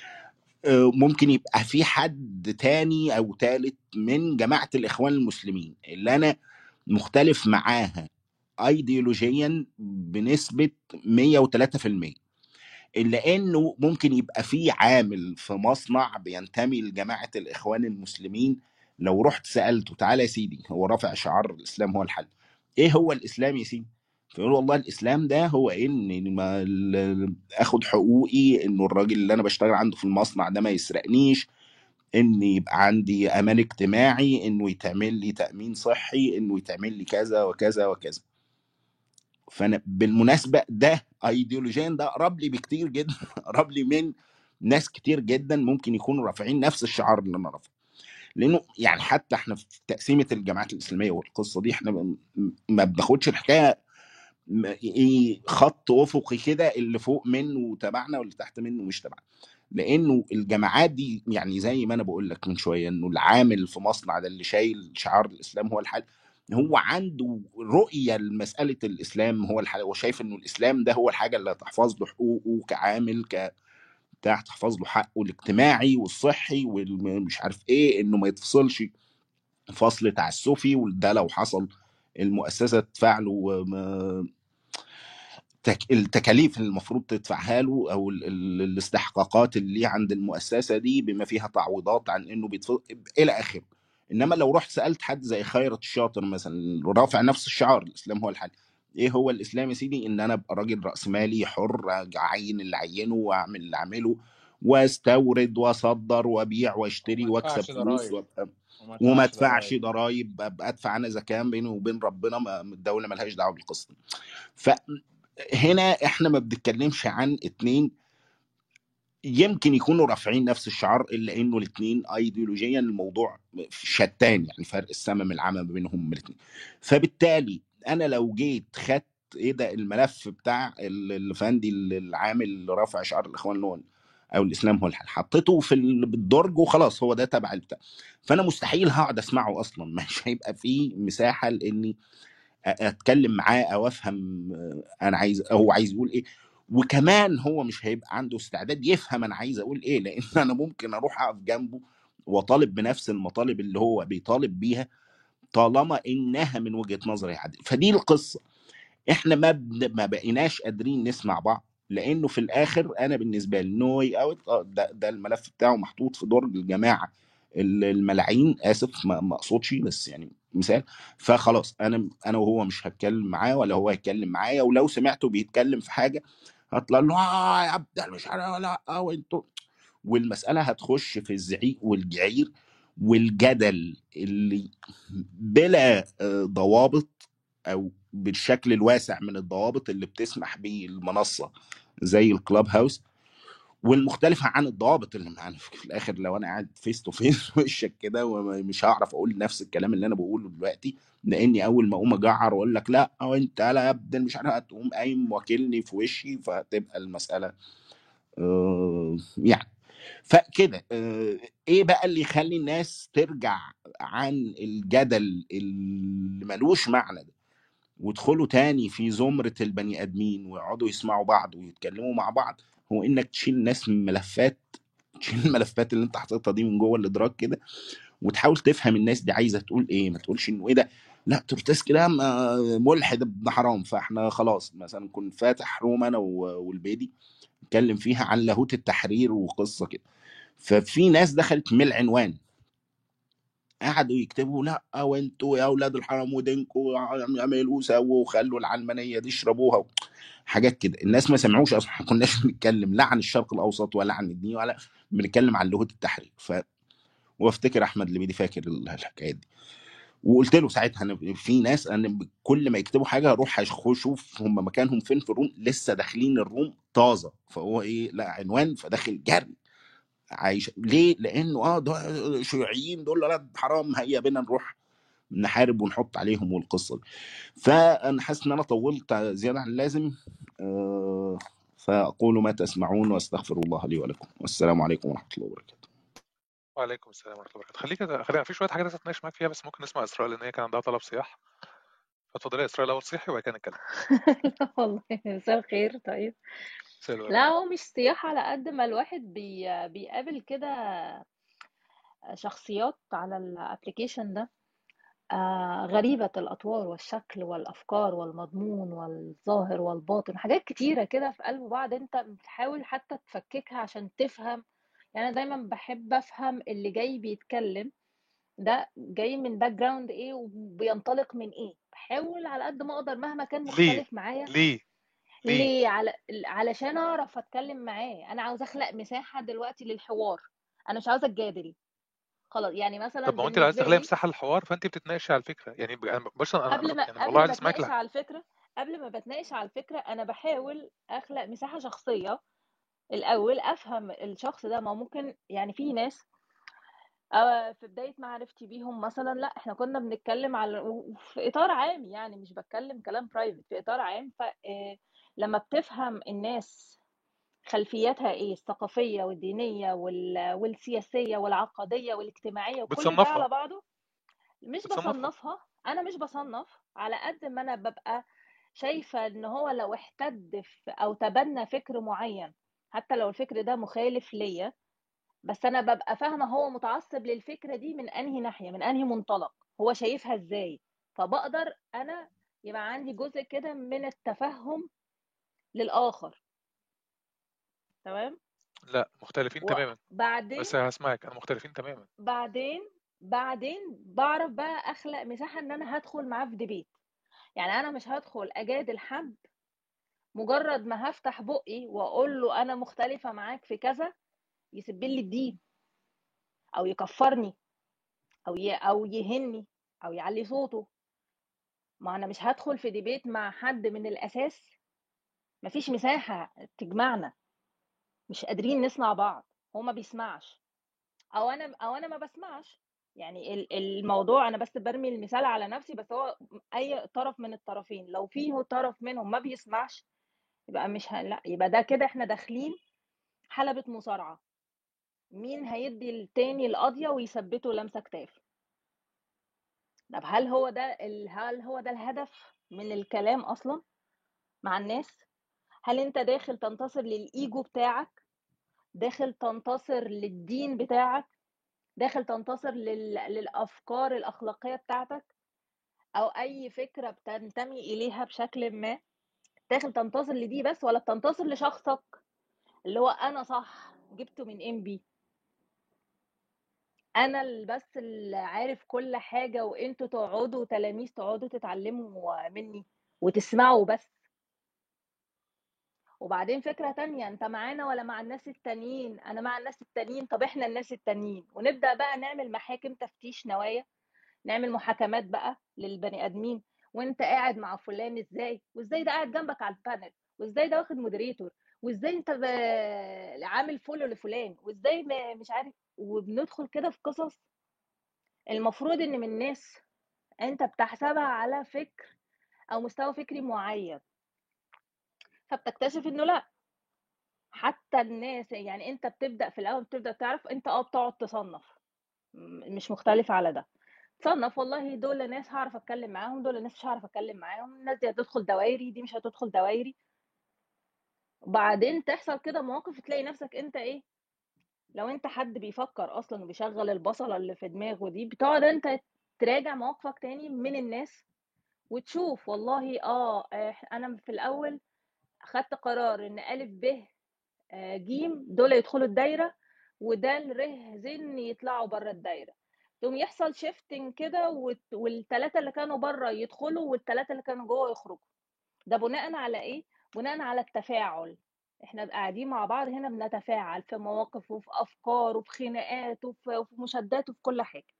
ممكن يبقى في حد تاني أو تالت من جماعة الإخوان المسلمين اللي أنا مختلف معاها أيديولوجيا بنسبة 103%، إلا إنه ممكن يبقى في عامل في مصنع بينتمي لجماعة الإخوان المسلمين، لو رحت سألته تعالى يا سيدي هو رافع شعار الإسلام هو الحل، إيه هو الإسلام يا سيدي؟ فيقول والله الإسلام ده هو إن ما آخد حقوقي، إنه الراجل اللي أنا بشتغل عنده في المصنع ده ما يسرقنيش، إن يبقى عندي أمان اجتماعي، إنه يتعمل لي تأمين صحي، إنه يتعمل لي كذا وكذا وكذا. فانا بالمناسبه ده ايديولوجيا ده قرب لي بكتير جدا قرب لي من ناس كتير جدا ممكن يكونوا رافعين نفس الشعار اللي انا رافعه. لانه يعني حتى احنا في تقسيمه الجامعات الاسلاميه والقصه دي احنا ما بناخدش الحكايه ايه خط افقي كده اللي فوق منه تبعنا واللي تحت منه مش تبعنا. لانه الجامعات دي يعني زي ما انا بقول لك من شويه، انه العامل في مصنع ده اللي شايل شعار الاسلام هو الحل، هو عنده رؤيه لمساله الاسلام هو الحل، هو شايف انه الاسلام ده هو الحاجه اللي هتحفظ له حقوقه كعامل بتاع، تحفظ له حقه الاجتماعي والصحي والمش عارف ايه، انه ما يتفصلش فصل تعسفي، وده لو حصل المؤسسه تدفع له التكاليف اللي المفروض تدفعها له، او الاستحقاقات اللي عند المؤسسه دي بما فيها تعويضات عن انه الى اخره. انما لو رحت سالت حد زي خيرت الشاطر مثلا رافع نفس الشعار الاسلام هو الحل، ايه هو الاسلام يا سيدي؟ ان انا ابقى راجل راسمالي حر، اعين اللي اعينه واعمل اللي اعمله واستورد واصدر وابيع واشتري وما واكسب ادفعش فلوس ضرائب وما ادفعش ضرائب، ابقى ادفع انا زكاه بيني وبين ربنا، الدوله ملهاش دعوه بالقصه. هنا احنا ما بنتكلمش عن اتنين يمكن يكونوا رافعين نفس الشعار، الا انه الاتنين ايديولوجيا الموضوع شتان، يعني فرق السما من العمى ما بينهم الاتنين. فبالتالي انا لو جيت خدت ايه ده الملف بتاع الفندي العامل اللي رافع شعار الاخوان اللي او الاسلام هو الحل، حطيته في بالدرج وخلاص هو ده تبع البتاع، فانا مستحيل هقعد اسمعه اصلا، مش هيبقى فيه مساحه لاني اتكلم معاه او افهم انا عايز هو عايز يقول ايه، وكمان هو مش هيبقى عنده استعداد يفهم انا عايز اقول ايه، لان انا ممكن اروح اقف جنبه واطالب بنفس المطالب اللي هو بيطالب بيها طالما انها من وجهة نظري عادل. فدي القصة. احنا ما بقيناش قادرين نسمع بعض، لانه في الاخر انا بالنسبه لي نوي اوت ده الملف بتاعه محطوط في درج الجماعه الملاعين، اسف ما اقصدش بس يعني مثال. فخلاص انا وهو مش هتكلم معاه ولا هو هيتكلم معايا، ولو سمعته بيتكلم في حاجه هطلع له يا عبد مش عارف لا وانتوا، والمساله هتخش في الزعيق والجعير والجدل اللي بلا ضوابط، او بالشكل الواسع من الضوابط اللي بتسمح به المنصه زي الكلاب هاوس، والمختلفه عن الضوابط اللي معانا في الاخر. لو انا قاعد فيس تو فيس وشك كده ومش هعرف اقول نفس الكلام اللي انا بقوله دلوقتي، لاني اول ما اقوم اجعر واقول لك لا او انت لا يا ابني مش عارف، هتقوم قايم واكلني في وشي، فتبقى المساله يعني فكده. ايه بقى اللي يخلي الناس ترجع عن الجدل اللي ملوش معنى ده ويدخلوا تاني في زمرة البني ادمين ويقعدوا يسمعوا بعض ويتكلموا مع بعض؟ هو انك تشيل الناس من ملفات، تشيل الملفات اللي انت حاططها دي من جوه الادراك كده، وتحاول تفهم الناس دي عايزه تقول ايه. ما تقولش انه ايه ده، لا تورتيس كده ملحد ابن حرام، فاحنا خلاص مثلا كنت فاتح روم انا والبيدي اتكلم فيها عن لاهوت التحرير وقصه كده، ففي ناس دخلت من العنوان قعدوا يكتبوا لا وانتوا يا اولاد الحرام ودينكوا اعملوا وسووا وخلوا العلمانيه دي اشربوها حاجات كده. الناس ما سمعوش اصلا، ما كناش بنتكلم لا عن الشرق الاوسط ولا عن الدين ولا بنتكلم عن لاهوت التحرير. وافتكر احمد لبيدي فاكر الحكايه دي، وقلت له ساعتها انا في ناس انا كل ما يكتبوا حاجه اروح اشوف هم مكانهم فين في الروم، لسه داخلين الروم طازه، فهو ايه لا عنوان فداخل جري عايش ليه؟ لانه دول شيوعيين دول ولاد حرام، هيا بينا نروح نحارب ونحط عليهم والقصه دي. فانا حاسس ان انا طولت زياده عن اللازم، فاقول ما تسمعون واستغفر الله لي ولكم، والسلام عليكم ورحمه الله وبركاته. وعليكم السلام ورحمه الله وبركاته. خلينا في شويه حاجات عايز اتناقش معاك فيها، بس ممكن نسمع اسراء لان هي كان عندها طلب صياح. اتفضلي يا اسراء الاول صيحي وبعد كده نتكلم. لا والله مساء الخير. طيب مساء الورد. لا هو مش سياحة على قد ما الواحد بيقابل كده شخصيات على الابليكيشن ده، غريبة الأطوار والشكل والأفكار والمضمون والظاهر والباطن، حاجات كتيرة كده في قلب بعض، انت بتحاول حتى تفككها عشان تفهم. يعني أنا دايما بحب أفهم اللي جاي بيتكلم ده جاي من باك جراوند ايه وبينطلق من ايه، بحاول على قد ما اقدر مهما كان ليه مختلف معايا. ليه ليه ليه؟ علشان اعرف اتكلم معاه. انا عاوزه اخلق مساحه دلوقتي للحوار، انا مش عاوزه اتجادل خلاص. يعني مثلا طب ما هو انت لو عايز بالنسبه تخليها لي مساحه للحوار فانت بتتناقشي على الفكره، يعني بس انا قبل ما يعني والله عايز اسمعك. اتناقش على الفكره، قبل ما بتناقش على الفكره انا بحاول اخلق مساحه شخصيه الاول، افهم الشخص ده. ما هو ممكن يعني في ناس في بدايه معرفتي بيهم مثلا، لا احنا كنا بنتكلم على في اطار عام، يعني مش بتكلم كلام برايفت، في اطار عام. ف لما بتفهم الناس خلفياتها ايه، الثقافيه والدينيه والسياسيه والعقديه والاجتماعيه وكل ده بتصنفها على بعضه. مش بتصنفها بصنفها، انا مش بصنف على قد ما انا ببقى شايفه ان هو لو احتد او تبنى فكر معين، حتى لو الفكر ده مخالف ليا، بس انا ببقى فاهمه هو متعصب للفكره دي من انهي ناحيه، من انهي منطلق، هو شايفها ازاي. فبقدر انا يبقى عندي جزء كده من التفهم للاخر. تمام. لا مختلفين تماما، وبعدين بس هسمعك. انا مختلفين تماما. بعدين بعرف بقى اخلق مساحه ان انا هدخل معاه في ديبيت. يعني انا مش هدخل اجادل حد مجرد ما هفتح بقي واقول له انا مختلفه معاك في كذا يسب لي الدين او يكفرني او يهني او يعلي صوته. ما انا مش هدخل في ديبيت مع حد من الاساس مفيش مساحه تجمعنا، مش قادرين نسمع بعض، هو ما بيسمعش او انا ما بسمعش. يعني الموضوع انا بس برمي المثال على نفسي، بس هو اي طرف من الطرفين لو فيه طرف منهم ما بيسمعش يبقى مش لا، يبقى ده كده احنا داخلين حلبة مصارعة، مين هيدي التاني القضية ويثبته لمسة كتاف. طب هل هو ده الهدف من الكلام اصلا مع الناس؟ هل انت داخل تنتصر للايجو بتاعك، داخل تنتصر للدين بتاعك، داخل تنتصر للافكار الاخلاقيه بتاعتك؟ او اي فكره بتنتمي اليها بشكل ما، داخل تنتصر لدي بس ولا بتنتصر لشخصك اللي هو انا صح جبته من ام بي، انا بس اللي عارف كل حاجه وانتوا تقعدوا تلاميذ تقعدوا تتعلموا مني وتسمعوا بس. وبعدين فكره تانية، انت معانا ولا مع الناس التانيين؟ انا مع الناس التانيين. طب احنا الناس التانيين، ونبدا بقى نعمل محاكم تفتيش نوايا، نعمل محاكمات بقى للبني ادمين. وانت قاعد مع فلان ازاي، وازاي ده قاعد جنبك على البانل، وازاي ده واخد مودريتور، وازاي انت عامل فولو لفلان، وازاي مش عارف. وبندخل كده في قصص المفروض ان من ناس انت بتحسبها على فكر او مستوى فكري معين، فبتكتشف انه لا. حتى الناس يعني انت بتبدا في الاول بتبدا تعرف انت بتقعد تصنف، مش مختلف على ده. تصنف والله دول ناس هعرف اتكلم معاهم، دول ناس مش هعرف اتكلم معاهم، الناس دي هتدخل دوايري، دي مش هتدخل دوايري. وبعدين تحصل كده مواقف تلاقي نفسك انت ايه، لو انت حد بيفكر اصلا وبيشغل البصله اللي في دماغه دي، بتقعد انت تراجع مواقفك تاني من الناس وتشوف والله انا في الاول خدت قرار ان الف ب جيم دول يدخلوا الدايره، وده ر ز يطلعوا بره الدايره. ثم يحصل شيفتنج كده والثلاثه اللي كانوا بره يدخلوا والثلاثه اللي كانوا جوه يخرجوا. ده بناء على ايه؟ بناء على التفاعل. احنا قاعدين مع بعض هنا بنتفاعل في مواقف وفي افكار وفي خناقات وفي مشادات وفي كل حاجه.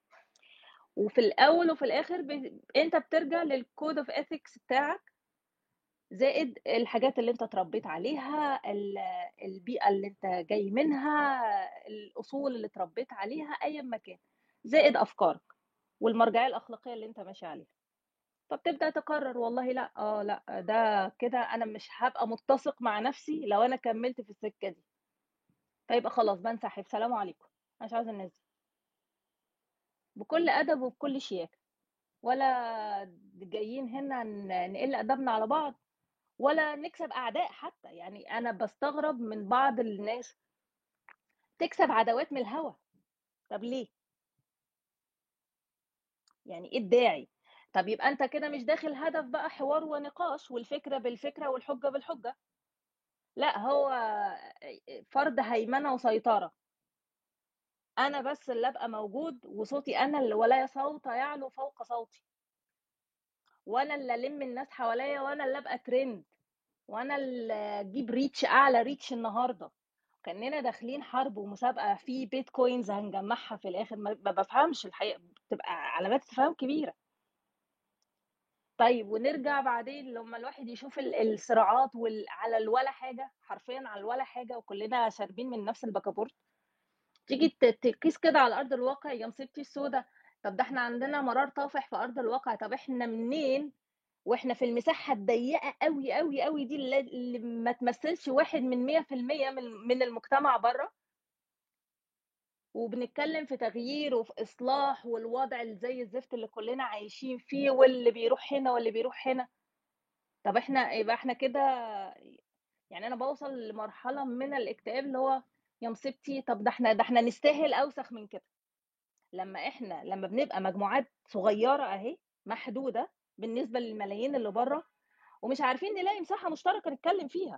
وفي الاول وفي الاخر انت بترجع للكود اوف اثكس بتاعك، زائد الحاجات اللي انت اتربيت عليها، البيئة اللي انت جاي منها، الأصول اللي اتربيت عليها أيا ما كان، زائد أفكارك والمرجعية الأخلاقية اللي انت ماشي عليها. فبتبدأ تقرر والله لا لا ده كده أنا مش هبقى متسق مع نفسي لو أنا كملت في السكة دي. فيبقى خلاص بنسحب، سلام عليكم، أنا مش عاوزة الناس دي، بكل أدب وبكل شياكة. ولا جايين هنا نقل أدبنا على بعض ولا نكسب اعداء حتى. يعني انا بستغرب من بعض الناس تكسب عداوات من الهوا. طب ليه؟ يعني ايه الداعي؟ طب يبقى انت كده مش داخل هدف بقى حوار ونقاش والفكره بالفكره والحجه بالحجه، لا هو فرض هيمنه وسيطره. انا بس اللي ابقى موجود وصوتي انا اللي ولا صوت يعلو فوق صوتي، وانا اللي الم الناس حواليا، وانا اللي ابقى ترند، وانا اللي اجيب ريتش اعلى ريتش النهارده. كاننا داخلين حرب ومسابقه في بيتكوينز هنجمعها في الاخر. ما بفهمش الحقيقه، بتبقى علامات استفهام كبيره. طيب ونرجع بعدين لما الواحد يشوف الصراعات على الولا حاجه، حرفيا على الولا حاجه، وكلنا شاربين من نفس البكابورت. تيجي تقيس كده على ارض الواقع يا مصيبتي السودا. طب ده احنا عندنا مرار طافح في ارض الواقع. طب احنا منين واحنا في المساحه الضيقه قوي قوي قوي دي اللي ما تمثلش 1% من المجتمع بره، وبنتكلم في تغيير وفي اصلاح والوضع اللي زي الزفت اللي كلنا عايشين فيه واللي بيروح هنا واللي بيروح هنا. طب احنا يبقى احنا كده، يعني انا بوصل لمرحله من الاكتئاب اللي هو يا مصيبتي. طب ده احنا نستاهل اوسخ من كده. لما بنبقى مجموعات صغيره اهي محدوده بالنسبه للملايين اللي بره، ومش عارفين نلاقي مساحه مشتركه نتكلم فيها.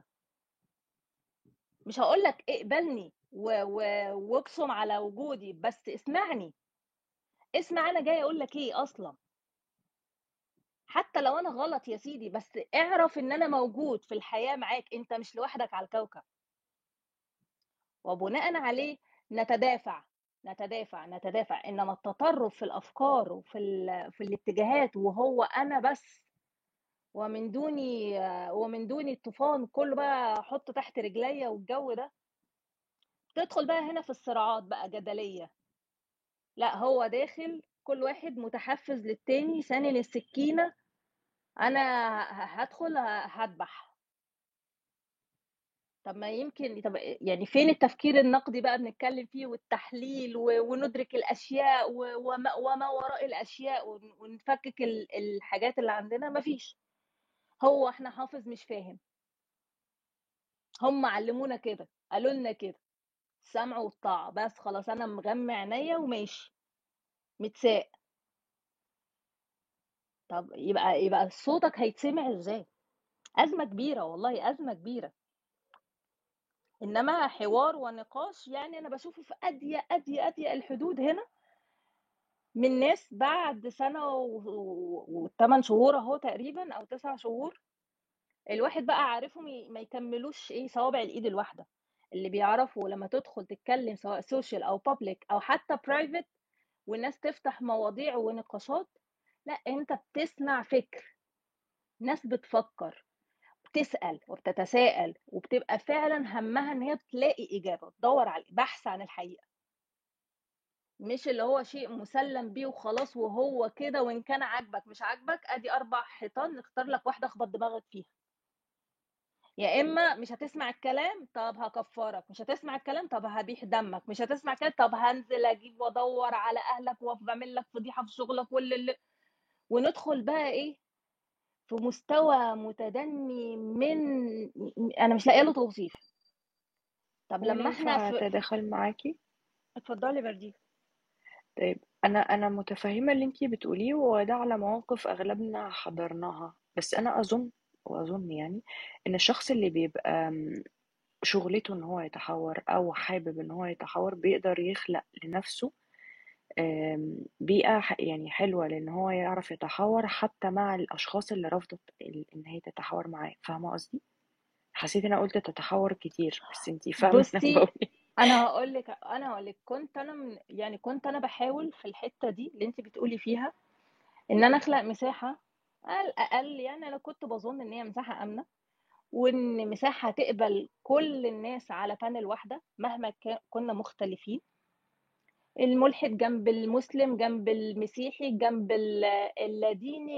مش هقول لك اقبلني واقسم على وجودي، بس اسمعني. اسمع انا جاي اقول لك ايه اصلا. حتى لو انا غلط يا سيدي، بس اعرف ان انا موجود في الحياه معاك، انت مش لوحدك على الكوكب. وبناء عليه نتدافع نتدافع نتدافع. انما التطرف في الافكار في الاتجاهات وهو انا بس، ومن دوني الطوفان كله بقى احطه تحت رجليا والجو ده، تدخل بقى هنا في الصراعات بقى جدليه. لا هو داخل كل واحد متحفز للتاني سانن السكينه، انا هدخل هذبح. طب ما يمكن، طب يعني فين التفكير النقدي بقى بنتكلم فيه والتحليل وندرك الاشياء وما وراء الاشياء ونفكك الحاجات اللي عندنا؟ مفيش. هو احنا حافظ مش فاهم. هم علمونا كده، قالوا لنا كده، السمع والطاعه بس. خلاص انا مغمى عينيا وماشي متساق. طب يبقى صوتك هيتسمع ازاي؟ أزمة كبيرة، والله أزمة كبيرة. إنما حوار ونقاش، يعني أنا بشوفه في أضيق الحدود هنا، من ناس بعد سنة و8 شهور أهو تقريبا، أو 9 شهور، الواحد بقى عارفهم ما يكملوش إيه صوابع الإيد الواحدة. اللي بيعرفوا لما تدخل تتكلم سواء سوشيال أو بابليك أو حتى برايفت، والناس تفتح مواضيع ونقاشات، لا أنت بتسمع فكر، ناس بتفكر، بتسأل وبتتساءل، وبتبقى فعلا همها ان هي تلاقي اجابه، تدور على بحث عن الحقيقه، مش اللي هو شيء مسلم بيه وخلاص وهو كده، وان كان عاجبك مش عاجبك ادي 4 حيطان نختار لك واحده اخبط دماغك فيها. يا اما مش هتسمع الكلام، طب هكفرك. مش هتسمع الكلام، طب هبيح دمك. مش هتسمع الكلام، طب هنزل اجيب وادور على اهلك واعمل لك فضيحه في شغلك وندخل بقى ايه في مستوى متدني انا مش لاقيه له توصيف. طب وانا لما احنا ينفع اتداخل معاكي؟ اتفضلي بردي. طيب، انا متفهمه اللي انتي بتقوليه، وده على مواقف اغلبنا حضرناها، بس انا اظن يعني ان الشخص اللي بيبقى شغلته ان هو يتحور او حابب ان هو يتحور بيقدر يخلق لنفسه بيئه يعني حلوه، لان هو يعرف يتحور حتى مع الاشخاص اللي رفضت ان هي تتحور معاه. فاهمه قصدي؟ حسيت ان انا قلت تتحور كتير، بس انتي فاهمه انا بصي، بقول ايه. انا هقول لك كنت انا بحاول في الحته دي اللي انت بتقولي فيها، ان انا اخلق مساحه على الاقل. يعني انا كنت بظن ان هي مساحه امنه، وان مساحه تقبل كل الناس على بانل واحده مهما كنا مختلفين، الملحد جنب المسلم، جنب المسيحي، جنب اللاديني،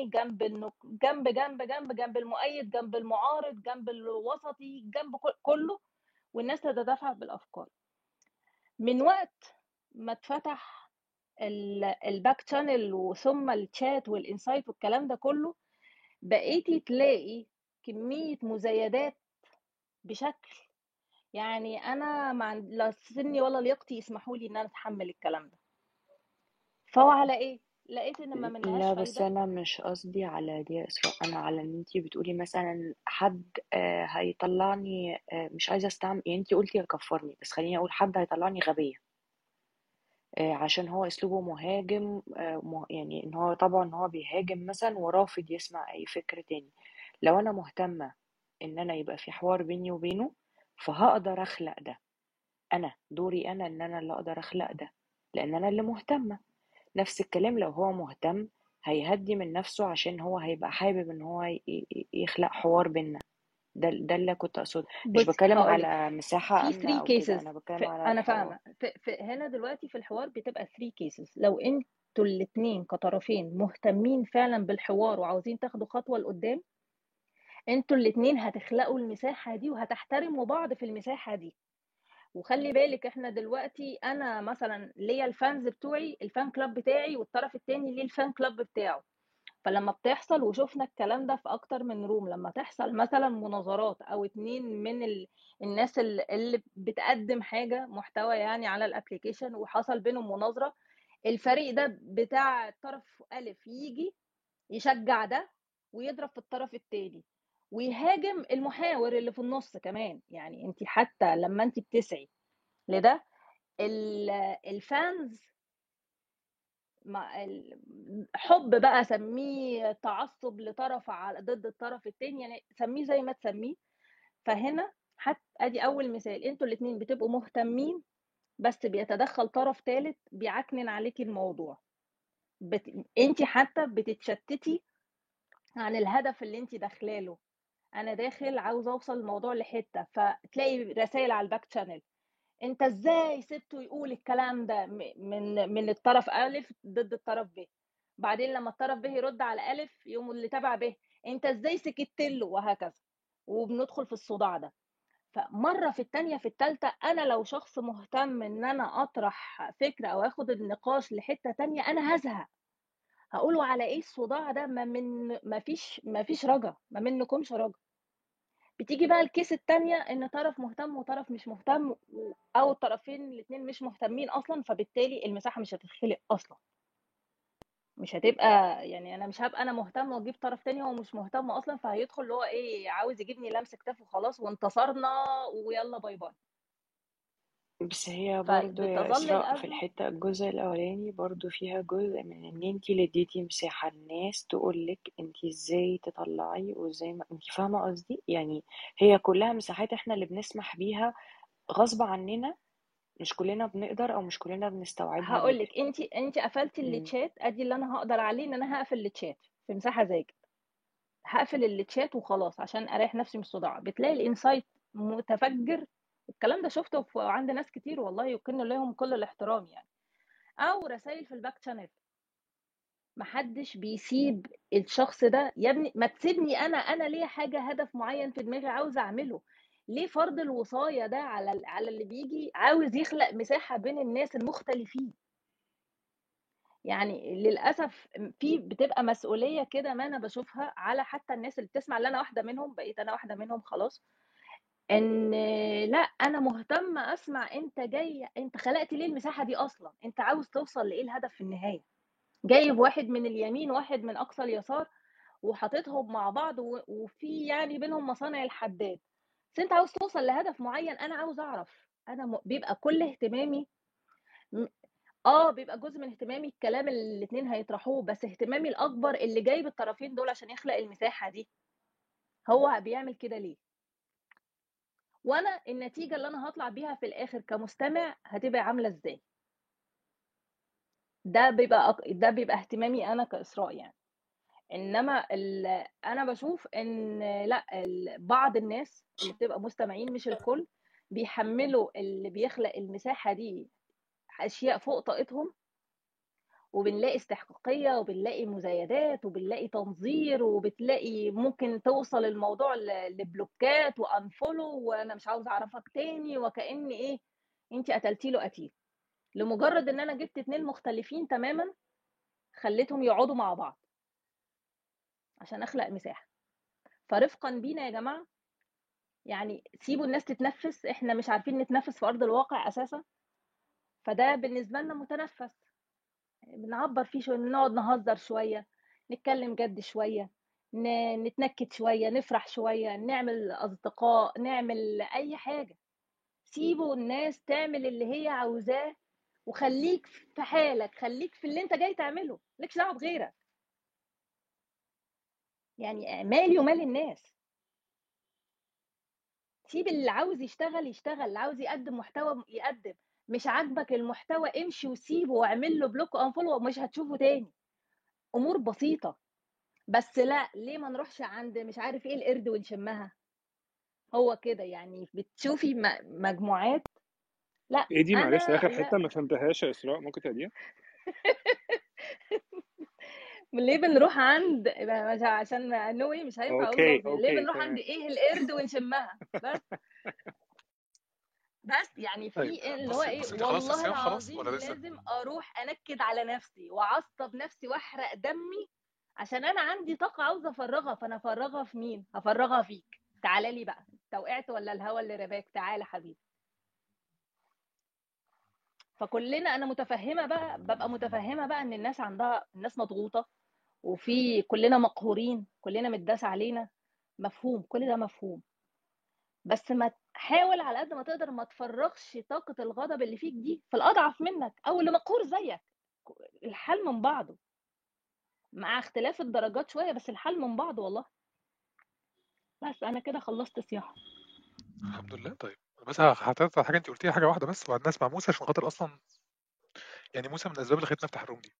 جنب المؤيد، جنب المعارض، جنب الوسطي، جنب كله، والناس تتدافع بالافكار. من وقت ما اتفتح الباك تشانل وثم الشات والانسايت والكلام ده كله، بقيتي تلاقي كمية مزايدات بشكل، يعني انا لا سني ولا لياقتي يسمحوا لي ان انا اتحمل الكلام ده. فهو على ايه؟ لقيت ان ما منهاش لا، بس فايدة. انا مش قصدي على دي يا اسراء، انا على ان انتي بتقولي مثلا حد هيطلعني مش عايزه استعمل، يعني انتي قلتي هيكفرني، بس خليني اقول حد هيطلعني غبيه عشان هو اسلوبه مهاجم، يعني ان هو طبعا ان هو بيهاجم مثلا ورافض يسمع اي فكر تاني. لو انا مهتمه ان انا يبقى في حوار بيني وبينه، فهقدر اخلق ده. انا دوري انا ان انا اللي اقدر اخلق ده، لان انا اللي مهتمه. نفس الكلام لو هو مهتم، هيهدي من نفسه عشان هو هيبقى حابب ان هو يخلق حوار بينا. ده اللي كنت اقصده. مش بصي بتكلم هقولك، على مساحة في آمنة 3 او كده، كيسز. انا بتكلم على انا الحوار. فاهمة، هنا دلوقتي في الحوار بتبقى 3 كيسز. لو انتوا الاتنين كطرفين مهتمين فعلا بالحوار وعاوزين تاخدوا خطوة لقدام، انتوا الاتنين هتخلقوا المساحة دي وهتحترموا بعض في المساحة دي. وخلي بالك احنا دلوقتي، انا مثلا ليا الفانز بتوعي، الفان كلاب بتاعي، والطرف التاني ليه الفان كلاب بتاعه. فلما بتحصل، وشفنا الكلام ده في اكتر من روم، لما تحصل مثلا مناظرات او اتنين من الناس اللي بتقدم حاجة محتوى يعني على الابليكيشن، وحصل بينهم مناظرة، الفريق ده بتاع الطرف ألف يجي يشجع ده ويضرب في الطرف التاني ويهاجم المحاور اللي في النص كمان. يعني انت حتى لما انت بتسعي لده، الفانز حب بقى، سميه تعصب لطرف ضد الطرف التاني، يعني سميه زي ما تسميه. فهنا حتى ادي اول مثال، انتوا الاتنين بتبقوا مهتمين، بس بيتدخل طرف ثالث بيعكنن عليكي الموضوع. انت حتى بتتشتتي عن الهدف اللي انت داخلاله. انا داخل عاوز اوصل الموضوع لحته، فتلاقي رسائل على الباك شانل: انت ازاي سبته يقول الكلام ده من الطرف الف ضد الطرف ب. بعدين لما الطرف ب يرد على الف، يقوم اللي تبع ب: انت ازاي سكت له، وهكذا. وبندخل في الصداع ده. فمره في التانية في التالتة، انا لو شخص مهتم ان انا اطرح فكره او اخد النقاش لحته تانية، انا هزهق. هقولوا على ايه الصداع ده؟ ما فيش رجا، ما منكمش رجا. بتيجي بقى الكيس التانية، ان طرف مهتم وطرف مش مهتم، او الطرفين الاتنين مش مهتمين اصلا، فبالتالي المساحة مش هتتخلق اصلا. مش هتبقى يعني انا مش هبقى انا مهتم واجيب طرف تاني هو مش مهتم اصلا، فهيدخل اللي هو ايه عاوز يجيبني لمس كتاف وخلاص وانتصرنا ويلا باي باي. بس هي برضو يا فبتظل إسراء في الأزمة. الجزء الأولاني برضو فيها جزء من إن انتي اللي اديتي مساحة الناس تقولك انتي ازاي تطلعي وازاي ما انتي فاهمة قصدي، يعني هي كلها مساحات احنا اللي بنسمح بيها غصب عننا، مش كلنا بنقدر أو مش كلنا بنستوعبها هقول بدري. لك انت قفلتي مم. التشات، ادي اللي انا هقدر عليه ان انا هقفل التشات في مساحة زي كده، هقفل التشات وخلاص عشان اريح نفسي من الصداع. بتلاقي الانسايت متفجر، الكلام ده شفته عند ناس كتير والله يكن لهم كل الاحترام يعني. او رسائل في الباك شانل، محدش بيسيب الشخص ده. يا ابني ما تسيبني انا ليا حاجه هدف معين في دماغي عاوز اعمله، ليه فرض الوصايه ده على اللي بيجي عاوز يخلق مساحه بين الناس المختلفين؟ يعني للاسف في بتبقى مسؤوليه كده، ما انا بشوفها على حتى الناس اللي بتسمع، اللي انا واحده منهم، بقيت انا واحده منهم خلاص، ان لا انا مهتمه اسمع انت جاي، انت خلقت ليه المساحه دي اصلا، انت عاوز توصل لايه الهدف في النهايه؟ جايب واحد من اليمين واحد من اقصى اليسار وحاططهم مع بعض وفي يعني بينهم مصانع الحداد، بس انت عاوز توصل لهدف معين. انا عاوز اعرف، انا بيبقى كل اهتمامي م- بيبقى جزء من اهتمامي الكلام اللي الاتنين هيطرحوه، بس اهتمامي الاكبر اللي جايب الطرفين دول عشان يخلق المساحة دي هو بيعمل كده ليه، وانا النتيجة اللي انا هطلع بيها في الاخر كمستمع هتبقى عاملة ازاي. ده بيبقى اهتمامي انا كإسراء يعني. انما انا بشوف ان لا بعض الناس اللي بتبقى مستمعين مش الكل بيحملوا اللي بيخلق المساحة دي اشياء فوق طاقتهم، وبنلاقي استحقاقية وبنلاقي مزايدات وبنلاقي تنظير وبتلاقي ممكن توصل الموضوع لبلوكات وانفولو وانا مش عاوز اعرفك تاني، وكأن ايه انت قتلتي له قتيل لمجرد ان انا جبت اتنين مختلفين تماما خليتهم يقعدوا مع بعض عشان اخلق مساحة. فرفقا بينا يا جماعة، يعني سيبوا الناس تتنفس، احنا مش عارفين نتنفس في ارض الواقع اساسا، فده بالنسبه لنا متنفس بنعبر فيه شويه، نقعد نهزر شويه، نتكلم جد شويه، نتنكد شويه، نفرح شويه، نعمل اصدقاء، نعمل اي حاجه. سيبوا الناس تعمل اللي هي عاوزاه، وخليك في حالك، خليك في اللي انت جاي تعمله، مالكش دعوه بغيرك. يعني مالي ومال الناس، سيب اللي عاوز يشتغل يشتغل، اللي عاوز يقدم محتوى يقدم، مش عاجبك المحتوى امشي وسيبه واعمل له بلوك وانفولو ومش هتشوفه تاني. امور بسيطه. بس لا، ليه ما نروحش عند مش عارف ايه القرد ونشمها؟ هو كده يعني بتشوفي مجموعات. لا ايه دي؟ معلش انا اخر لا. حته ما فهمتهاش يا اسراء، ممكن تعيديها؟ ليه بنروح عند عشان نوي مش هينفع اقول اوكي لفظي، ليه اوكي بنروح عند تمام. ايه القرد ونشمها؟ بس يعني طيب في اللي هو بصي ايه، بصي، انت خلصت والله الصيام خلاص العظيم ولا لسه؟ لازم اروح انكد على نفسي واعصب نفسي واحرق دمي عشان انا عندي طاقه عاوزه افرغها، فانا افرغها في مين؟ هفرغها فيك. تعالى لي بقى، انت وقعت ولا الهوا اللي رماك؟ تعالى حبيبي. فكلنا انا متفهمه بقى، ببقى متفهمه بقى ان الناس عندها، الناس مضغوطه، وفي كلنا مقهورين، كلنا متداس علينا، مفهوم، كل ده مفهوم. بس ما تحاول على قد ما تقدر ما تفرغش طاقة الغضب اللي فيك دي في الأضعف منك أو اللي مقهور زيك. الحل من بعضه، مع اختلاف الدرجات شوية، بس الحل من بعضه والله. بس أنا كده خلصت صياحة. الحمد لله. طيب بس هعترض على حاجه انت قلتيها، حاجه واحده بس، وبعد نسمع موسى عشان خاطر اصلا يعني موسى من الاسباب اللي خلتني افتح الروم دي.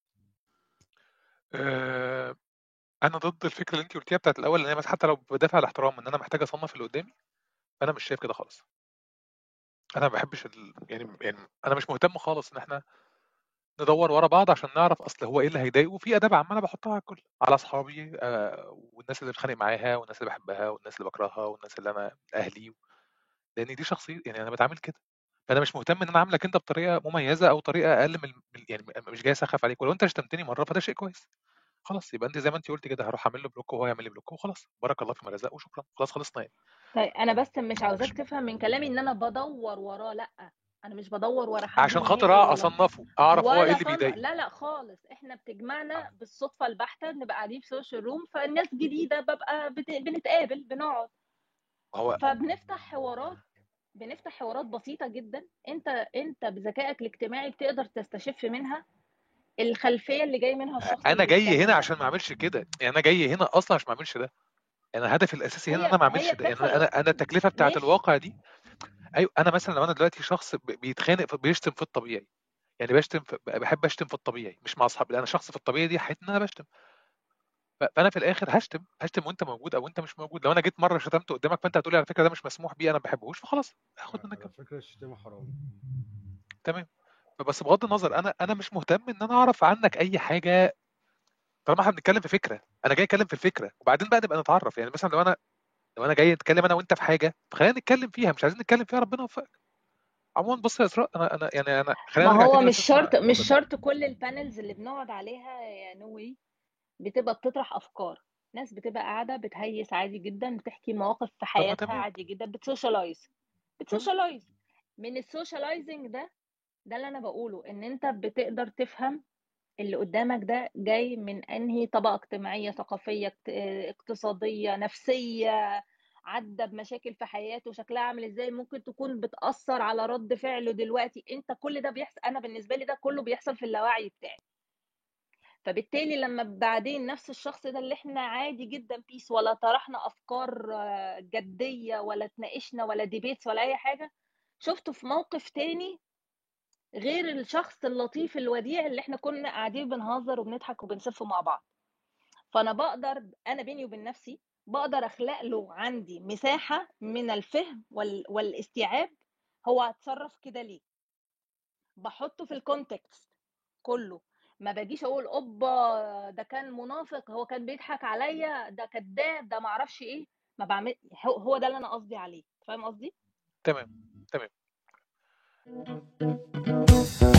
أه انا ضد الفكره اللي انت قلتيها بتاعت الاول، ان هي مثلا حتى لو بدافع الاحترام ان انا محتاج اصنف اللي قدامي، انا مش شايف كده خالص. انا ما بحبش يعني انا مش مهتم خالص ان احنا ندور ورا بعض عشان نعرف اصل هو ايه اللي هيضايقه. في اداب عامه انا بحطها على الكل، على اصحابي والناس اللي بتخانق معاها والناس اللي بحبها والناس اللي بكرهها والناس اللي انا اهلي، لان دي شخصيه، يعني انا بتعامل كده. فانا مش مهتم ان انا عاملك انت بطريقه مميزه او طريقه اقل يعني مش جاي اسخف عليك، ولو انت شتمتني مره فده شيء كويس. خلاص يبقى انت زي ما انت قلت كده، هروح اعمل له بلوك وهو يعمل لي بلوك وخلاص، بارك الله فيما رزق وشكرا، خلاص خلصنا يعني. طيب أنا بس مش مش عاوزاك تفهم من كلامي إن أنا بدور وراه، لأ. انا مش بدور ورا حد عشان خاطر نهائي ولا اصنفه اعرف هو ايه ولا اللي بيضايقه. لا خالص، احنا بتجمعنا بالصدفه البحته، نبقى قاعدين في سوشيال روم، فالناس جديده ببقى بنتقابل بنقعد، هو بنفتح حوارات بسيطه جدا. انت بذكائك الاجتماعي بتقدر تستشف منها الخلفيه اللي جاي منها الشخص انا اللي جاي هنا بيتكلم ده. عشان ما اعملش كده، يعني انا جاي هنا اصلا عشان ما اعملش ده. انا هدفي الاساسي هنا ان انا ما اعملش هي ده. يعني بتحصل انا التكلفه بتاعه ماشي. الواقع دي. ايوه، انا مثلا لو انا دلوقتي شخص بيتخانق بيشتم في الطبيعي، يعني بحب اشتم في الطبيعي مش مع اصحابي، انا شخص في الطبيعي دي حياتي ان انا بشتم. فانا في الاخر هشتم وانت موجود او انت مش موجود. لو انا جيت مره شتمت قدامك فانت هتقولي على فكره ده مش مسموح بيه، انا ما بحبهوش، فخلاص هاخد منك على فكرة الشتيمة حرام. تمام. فبس بغض النظر انا مش مهتم ان انا اعرف عنك اي حاجه طالما احنا بنتكلم في فكره. انا جاي اتكلم في الفكره وبعدين بقى نبقى نتعرف. يعني مثلا لو انا جاي اتكلم انا وانت في حاجه، فخلينا نتكلم فيها، مش عايزين نتكلم فيها ربنا يوفقك. عموما بص يا اسراء، انا خلينا ما نرجع هو تاني بس اسمع. مش اتفضل. شرط كل البانلز اللي بنقعد عليها يا نوي بتبقى بتطرح افكار. ناس بتبقى قاعده بتهيس عادي جدا، بتحكي مواقف في طب ما حياتها تمام. عادي جدا، تمام. بتسوشيالايز. من السوشيالايزنج ده اللي انا بقوله، ان انت بتقدر تفهم اللي قدامك ده جاي من انهي طبقه اجتماعيه، ثقافيه، اقتصاديه، نفسيه، عدى بمشاكل في حياته شكلها عامل ازاي، ممكن تكون بتأثر على رد فعله دلوقتي. انت كل ده بيحصل، انا بالنسبه لي ده كله بيحصل في اللاوعي بتاعي. فبالتالي لما بعدين نفس الشخص ده اللي احنا عادي جدا بيس، ولا طرحنا افكار جديه، ولا اتناقشنا، ولا ديبيتس، ولا اي حاجه، شفته في موقف تاني غير الشخص اللطيف الوديع اللي احنا كنا قاعدين بنهزر وبنضحك وبنسف مع بعض. فانا بقدر، انا بيني وبين نفسي بقدر اخلق له عندي مساحه من الفهم والاستيعاب. هو هتصرف كده ليه، بحطه في الكونتكست كله. ما باجيش اقول اوبا ده كان منافق، هو كان بيضحك عليا، ده كذاب، ده معرفش ايه. ما بعمل هو ده اللي انا قصدي عليه. فاهم قصدي؟ تمام.